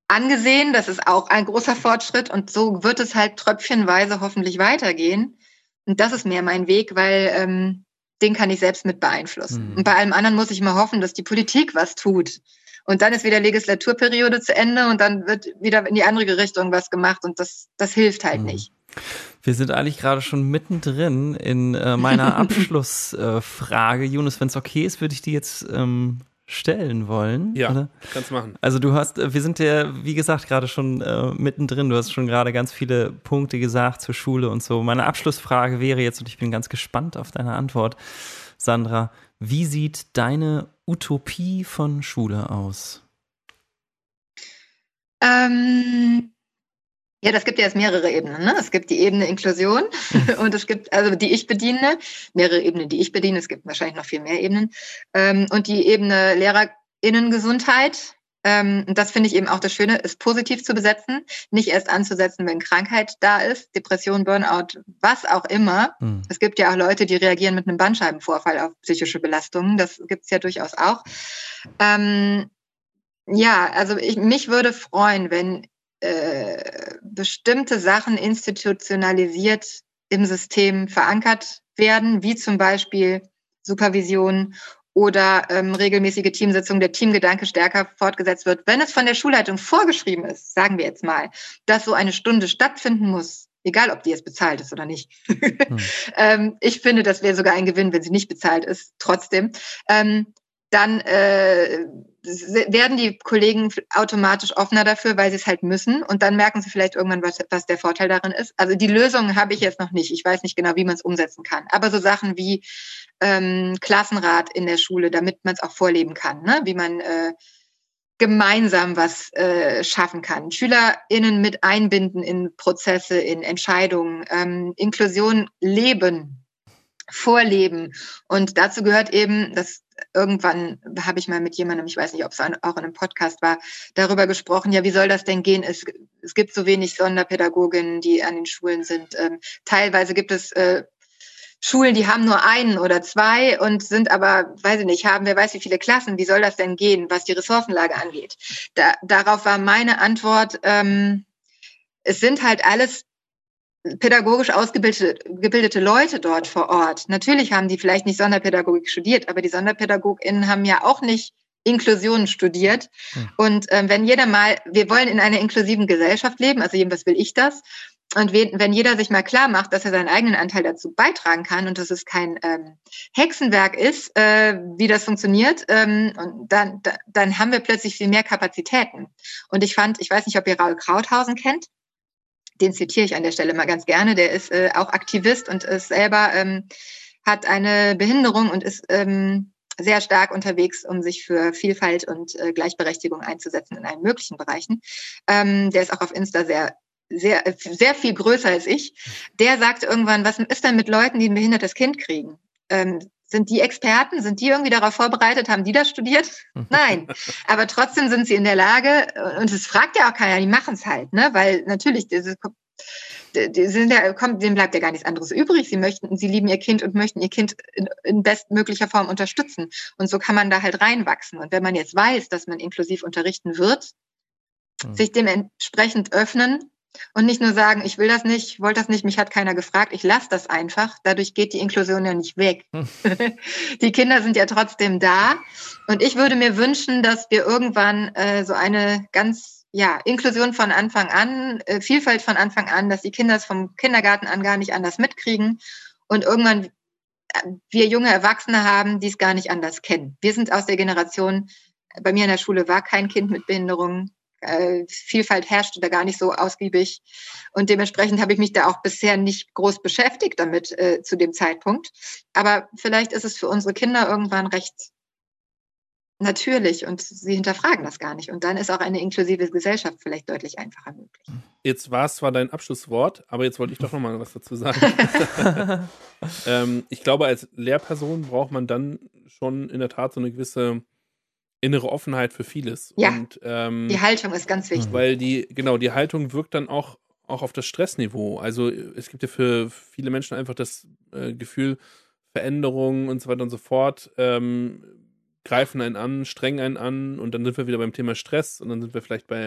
Speaker 1: angesehen. Das ist auch ein großer Fortschritt. Und so wird es halt tröpfchenweise hoffentlich weitergehen. Und das ist mehr mein Weg, weil ähm, den kann ich selbst mit beeinflussen. Mhm. Und bei allem anderen muss ich mal hoffen, dass die Politik was tut. Und dann ist wieder Legislaturperiode zu Ende und dann wird wieder in die andere Richtung was gemacht. Und das, das hilft halt mhm. nicht.
Speaker 2: Wir sind eigentlich gerade schon mittendrin in äh, meiner Abschlussfrage. Äh, Yunus, wenn es okay ist, würde ich die jetzt ähm, stellen wollen.
Speaker 3: Ja,
Speaker 2: oder?
Speaker 3: Kannst machen.
Speaker 2: Also du hast, wir sind ja, wie gesagt, gerade schon äh, mittendrin. Du hast schon gerade ganz viele Punkte gesagt zur Schule und so. Meine Abschlussfrage wäre jetzt, und ich bin ganz gespannt auf deine Antwort, Sandra, wie sieht deine Utopie von Schule aus?
Speaker 1: Ähm... Ja, das gibt ja jetzt mehrere Ebenen. Ne? Es gibt die Ebene Inklusion und es gibt, also die ich bediene, mehrere Ebenen, die ich bediene, es gibt wahrscheinlich noch viel mehr Ebenen. Ähm, und die Ebene LehrerInnengesundheit. Ähm, und das finde ich eben auch das Schöne, ist positiv zu besetzen, nicht erst anzusetzen, wenn Krankheit da ist, Depression, Burnout, was auch immer. Mhm. Es gibt ja auch Leute, die reagieren mit einem Bandscheibenvorfall auf psychische Belastungen. Das gibt es ja durchaus auch. Ähm, ja, also ich, mich würde freuen, wenn Äh, bestimmte Sachen institutionalisiert im System verankert werden, wie zum Beispiel Supervision oder ähm, regelmäßige Teamsitzungen, der Teamgedanke stärker fortgesetzt wird. Wenn es von der Schulleitung vorgeschrieben ist, sagen wir jetzt mal, dass so eine Stunde stattfinden muss, egal ob die jetzt bezahlt ist oder nicht. hm. ähm, ich finde, das wäre sogar ein Gewinn, wenn sie nicht bezahlt ist, trotzdem. Ähm, dann äh, werden die Kollegen automatisch offener dafür, weil sie es halt müssen. Und dann merken sie vielleicht irgendwann, was, was der Vorteil darin ist. Also die Lösung habe ich jetzt noch nicht. Ich weiß nicht genau, wie man es umsetzen kann. Aber so Sachen wie ähm, Klassenrat in der Schule, damit man es auch vorleben kann, ne? Wie man äh, gemeinsam was äh, schaffen kann. SchülerInnen mit einbinden in Prozesse, in Entscheidungen, ähm, Inklusion leben, vorleben. Und dazu gehört eben, dass irgendwann habe ich mal mit jemandem, ich weiß nicht, ob es auch in einem Podcast war, darüber gesprochen, ja, wie soll das denn gehen? Es, es gibt so wenig Sonderpädagoginnen, die an den Schulen sind. Ähm, teilweise gibt es äh, Schulen, die haben nur einen oder zwei und sind aber, weiß ich nicht, haben wer weiß wie viele Klassen. Wie soll das denn gehen, was die Ressourcenlage angeht? Da, darauf war meine Antwort, ähm, es sind halt alles pädagogisch ausgebildete gebildete Leute dort vor Ort. Natürlich haben die vielleicht nicht Sonderpädagogik studiert, aber die SonderpädagogInnen haben ja auch nicht Inklusion studiert. Hm. Und ähm, wenn jeder mal, wir wollen in einer inklusiven Gesellschaft leben, also jedenfalls will ich das. Und wenn jeder sich mal klar macht, dass er seinen eigenen Anteil dazu beitragen kann und dass es kein ähm, Hexenwerk ist, äh, wie das funktioniert, ähm, und dann, da, dann haben wir plötzlich viel mehr Kapazitäten. Und ich fand, ich weiß nicht, ob ihr Raul Krauthausen kennt, den zitiere ich an der Stelle mal ganz gerne, der ist äh, auch Aktivist und ist selber, ähm, hat eine Behinderung und ist ähm, sehr stark unterwegs, um sich für Vielfalt und äh, Gleichberechtigung einzusetzen in allen möglichen Bereichen. Ähm, der ist auch auf Insta sehr, sehr, sehr viel größer als ich. Der sagt irgendwann, was ist denn mit Leuten, die ein behindertes Kind kriegen? Ähm, Sind die Experten? Sind die irgendwie darauf vorbereitet? Haben die das studiert? Nein. Aber trotzdem sind sie in der Lage, und es fragt ja auch keiner, die machen es halt, ne? Weil natürlich, diese, die sind ja, kommt, denen bleibt ja gar nichts anderes übrig. Sie möchten, sie lieben ihr Kind und möchten ihr Kind in, in bestmöglicher Form unterstützen. Und so kann man da halt reinwachsen. Und wenn man jetzt weiß, dass man inklusiv unterrichten wird, mhm. sich dementsprechend öffnen, und nicht nur sagen, ich will das nicht, wollte das nicht, mich hat keiner gefragt, ich lasse das einfach. Dadurch geht die Inklusion ja nicht weg. Hm. Die Kinder sind ja trotzdem da. Und ich würde mir wünschen, dass wir irgendwann äh, so eine ganz, ja, Inklusion von Anfang an, äh, Vielfalt von Anfang an, dass die Kinder es vom Kindergarten an gar nicht anders mitkriegen und irgendwann äh, wir junge Erwachsene haben, die es gar nicht anders kennen. Wir sind aus der Generation, bei mir in der Schule war kein Kind mit Behinderung. Vielfalt herrschte da gar nicht so ausgiebig. Und dementsprechend habe ich mich da auch bisher nicht groß beschäftigt damit äh, zu dem Zeitpunkt. Aber vielleicht ist es für unsere Kinder irgendwann recht natürlich und sie hinterfragen das gar nicht. Und dann ist auch eine inklusive Gesellschaft vielleicht deutlich einfacher möglich.
Speaker 3: Jetzt war es zwar dein Abschlusswort, aber jetzt wollte ich doch noch mal was dazu sagen. ähm, ich glaube, als Lehrperson braucht man dann schon in der Tat so eine gewisse innere Offenheit für vieles.
Speaker 1: Ja,
Speaker 3: und, ähm,
Speaker 1: die Haltung ist ganz wichtig.
Speaker 3: Weil die, genau, die Haltung wirkt dann auch, auch auf das Stressniveau. Also es gibt ja für viele Menschen einfach das äh, Gefühl, Veränderungen und so weiter und so fort ähm, greifen einen an, strengen einen an und dann sind wir wieder beim Thema Stress und dann sind wir vielleicht bei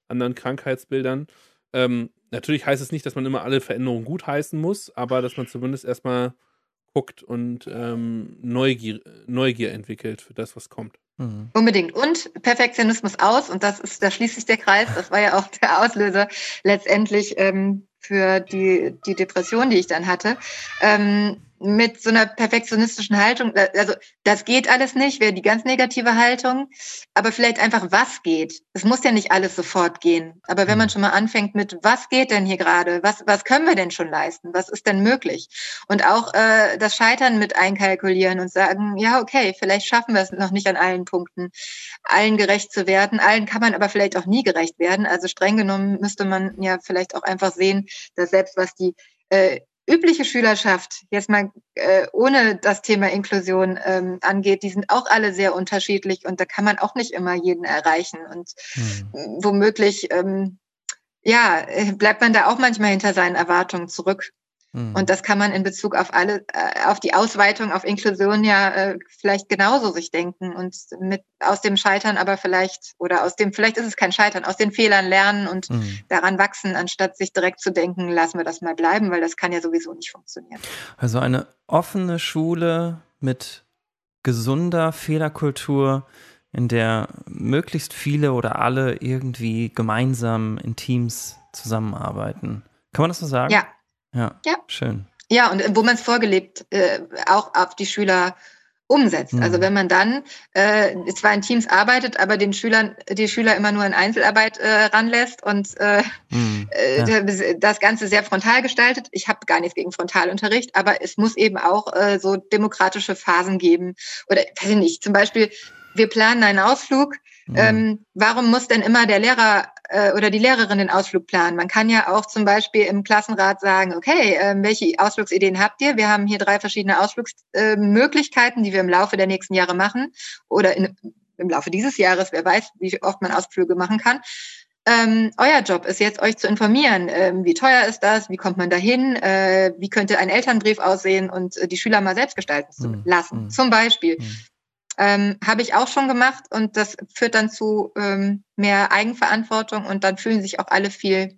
Speaker 3: anderen Krankheitsbildern. Ähm, natürlich heißt es nicht, dass man immer alle Veränderungen gutheißen muss, aber dass man zumindest erstmal guckt und ähm, Neugier, Neugier entwickelt für das, was kommt.
Speaker 1: Mhm. Unbedingt. Und Perfektionismus aus, und das ist, da schließt sich der Kreis, das war ja auch der Auslöser letztendlich ähm, für die, die Depression, die ich dann hatte. Ähm, mit so einer perfektionistischen Haltung, also das geht alles nicht, wäre die ganz negative Haltung, aber vielleicht einfach, was geht. Es muss ja nicht alles sofort gehen, aber wenn man schon mal anfängt mit, was geht denn hier gerade, was, was können wir denn schon leisten, was ist denn möglich? Und auch äh, das Scheitern mit einkalkulieren und sagen, ja, okay, vielleicht schaffen wir es noch nicht an allen Punkten, allen gerecht zu werden, allen kann man aber vielleicht auch nie gerecht werden, also streng genommen müsste man ja vielleicht auch einfach sehen, dass selbst was die äh, übliche Schülerschaft, jetzt mal äh, ohne das Thema Inklusion ähm, angeht, die sind auch alle sehr unterschiedlich und da kann man auch nicht immer jeden erreichen. Und mhm. womöglich, ähm, ja, bleibt man da auch manchmal hinter seinen Erwartungen zurück. Mhm. Und das kann man in Bezug auf alle, äh, auf die Ausweitung, auf Inklusion ja äh, vielleicht genauso sich denken und mit aus dem Scheitern aber vielleicht, oder aus dem, vielleicht ist es kein Scheitern, aus den Fehlern lernen und mhm. daran wachsen, anstatt sich direkt zu denken, lassen wir das mal bleiben, weil das kann ja sowieso nicht funktionieren.
Speaker 2: Also eine offene Schule mit gesunder Fehlerkultur, in der möglichst viele oder alle irgendwie gemeinsam in Teams zusammenarbeiten. Kann man das so sagen?
Speaker 1: Ja.
Speaker 2: Ja, ja, schön.
Speaker 1: Ja, und wo man es vorgelebt äh, auch auf die Schüler umsetzt. Mhm. Also wenn man dann äh, zwar in Teams arbeitet, aber den Schülern, die Schüler immer nur in Einzelarbeit äh, ranlässt und äh, mhm. ja. äh, das Ganze sehr frontal gestaltet. Ich habe gar nichts gegen Frontalunterricht, aber es muss eben auch äh, so demokratische Phasen geben. Oder weiß ich nicht, zum Beispiel, wir planen einen Ausflug. Mhm. Ähm, warum muss denn immer der Lehrer äh, oder die Lehrerin den Ausflug planen? Man kann ja auch zum Beispiel im Klassenrat sagen, okay, äh, welche Ausflugsideen habt ihr? Wir haben hier drei verschiedene Ausflugsmöglichkeiten, äh, die wir im Laufe der nächsten Jahre machen oder in, im Laufe dieses Jahres, wer weiß, wie oft man Ausflüge machen kann. Ähm, euer Job ist jetzt, euch zu informieren. Ähm, wie teuer ist das? Wie kommt man dahin? Äh, wie könnte ein Elternbrief aussehen? Und äh, die Schüler mal selbst gestalten zu mhm. lassen. Mhm. Zum Beispiel. Mhm. Ähm, habe ich auch schon gemacht und das führt dann zu ähm, mehr Eigenverantwortung und dann fühlen sich auch alle viel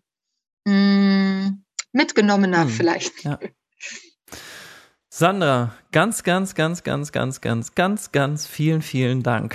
Speaker 1: mh, mitgenommener hm, vielleicht. Ja.
Speaker 2: Sandra, ganz, ganz, ganz, ganz, ganz, ganz, ganz, ganz vielen, vielen Dank.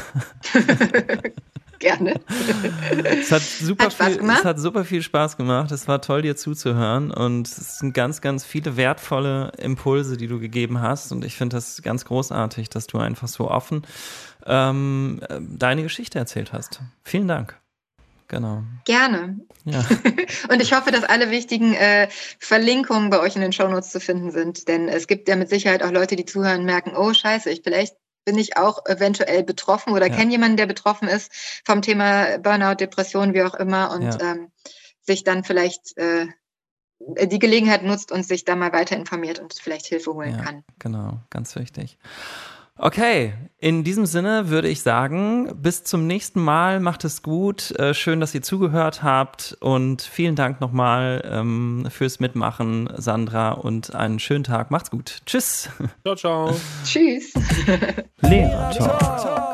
Speaker 1: Gerne.
Speaker 2: Es hat super hat viel, es hat super viel Spaß gemacht. Es war toll, dir zuzuhören und es sind ganz, ganz viele wertvolle Impulse, die du gegeben hast und ich finde das ganz großartig, dass du einfach so offen ähm, deine Geschichte erzählt hast. Vielen Dank. Genau.
Speaker 1: Gerne. Ja. Und ich hoffe, dass alle wichtigen äh, Verlinkungen bei euch in den Shownotes zu finden sind, denn es gibt ja mit Sicherheit auch Leute, die zuhören und merken, oh scheiße, ich vielleicht bin ich auch eventuell betroffen oder ja. kenne jemanden, der betroffen ist vom Thema Burnout, Depression, wie auch immer und ja. ähm, sich dann vielleicht äh, die Gelegenheit nutzt und sich da mal weiter informiert und vielleicht Hilfe holen ja, kann.
Speaker 2: Genau, ganz wichtig. Okay, in diesem Sinne würde ich sagen, bis zum nächsten Mal, macht es gut, äh, schön, dass ihr zugehört habt und vielen Dank nochmal ähm, fürs Mitmachen, Sandra, und einen schönen Tag, macht's gut, tschüss.
Speaker 3: Ciao, ciao.
Speaker 1: Tschüss.
Speaker 2: Lehrer Talk.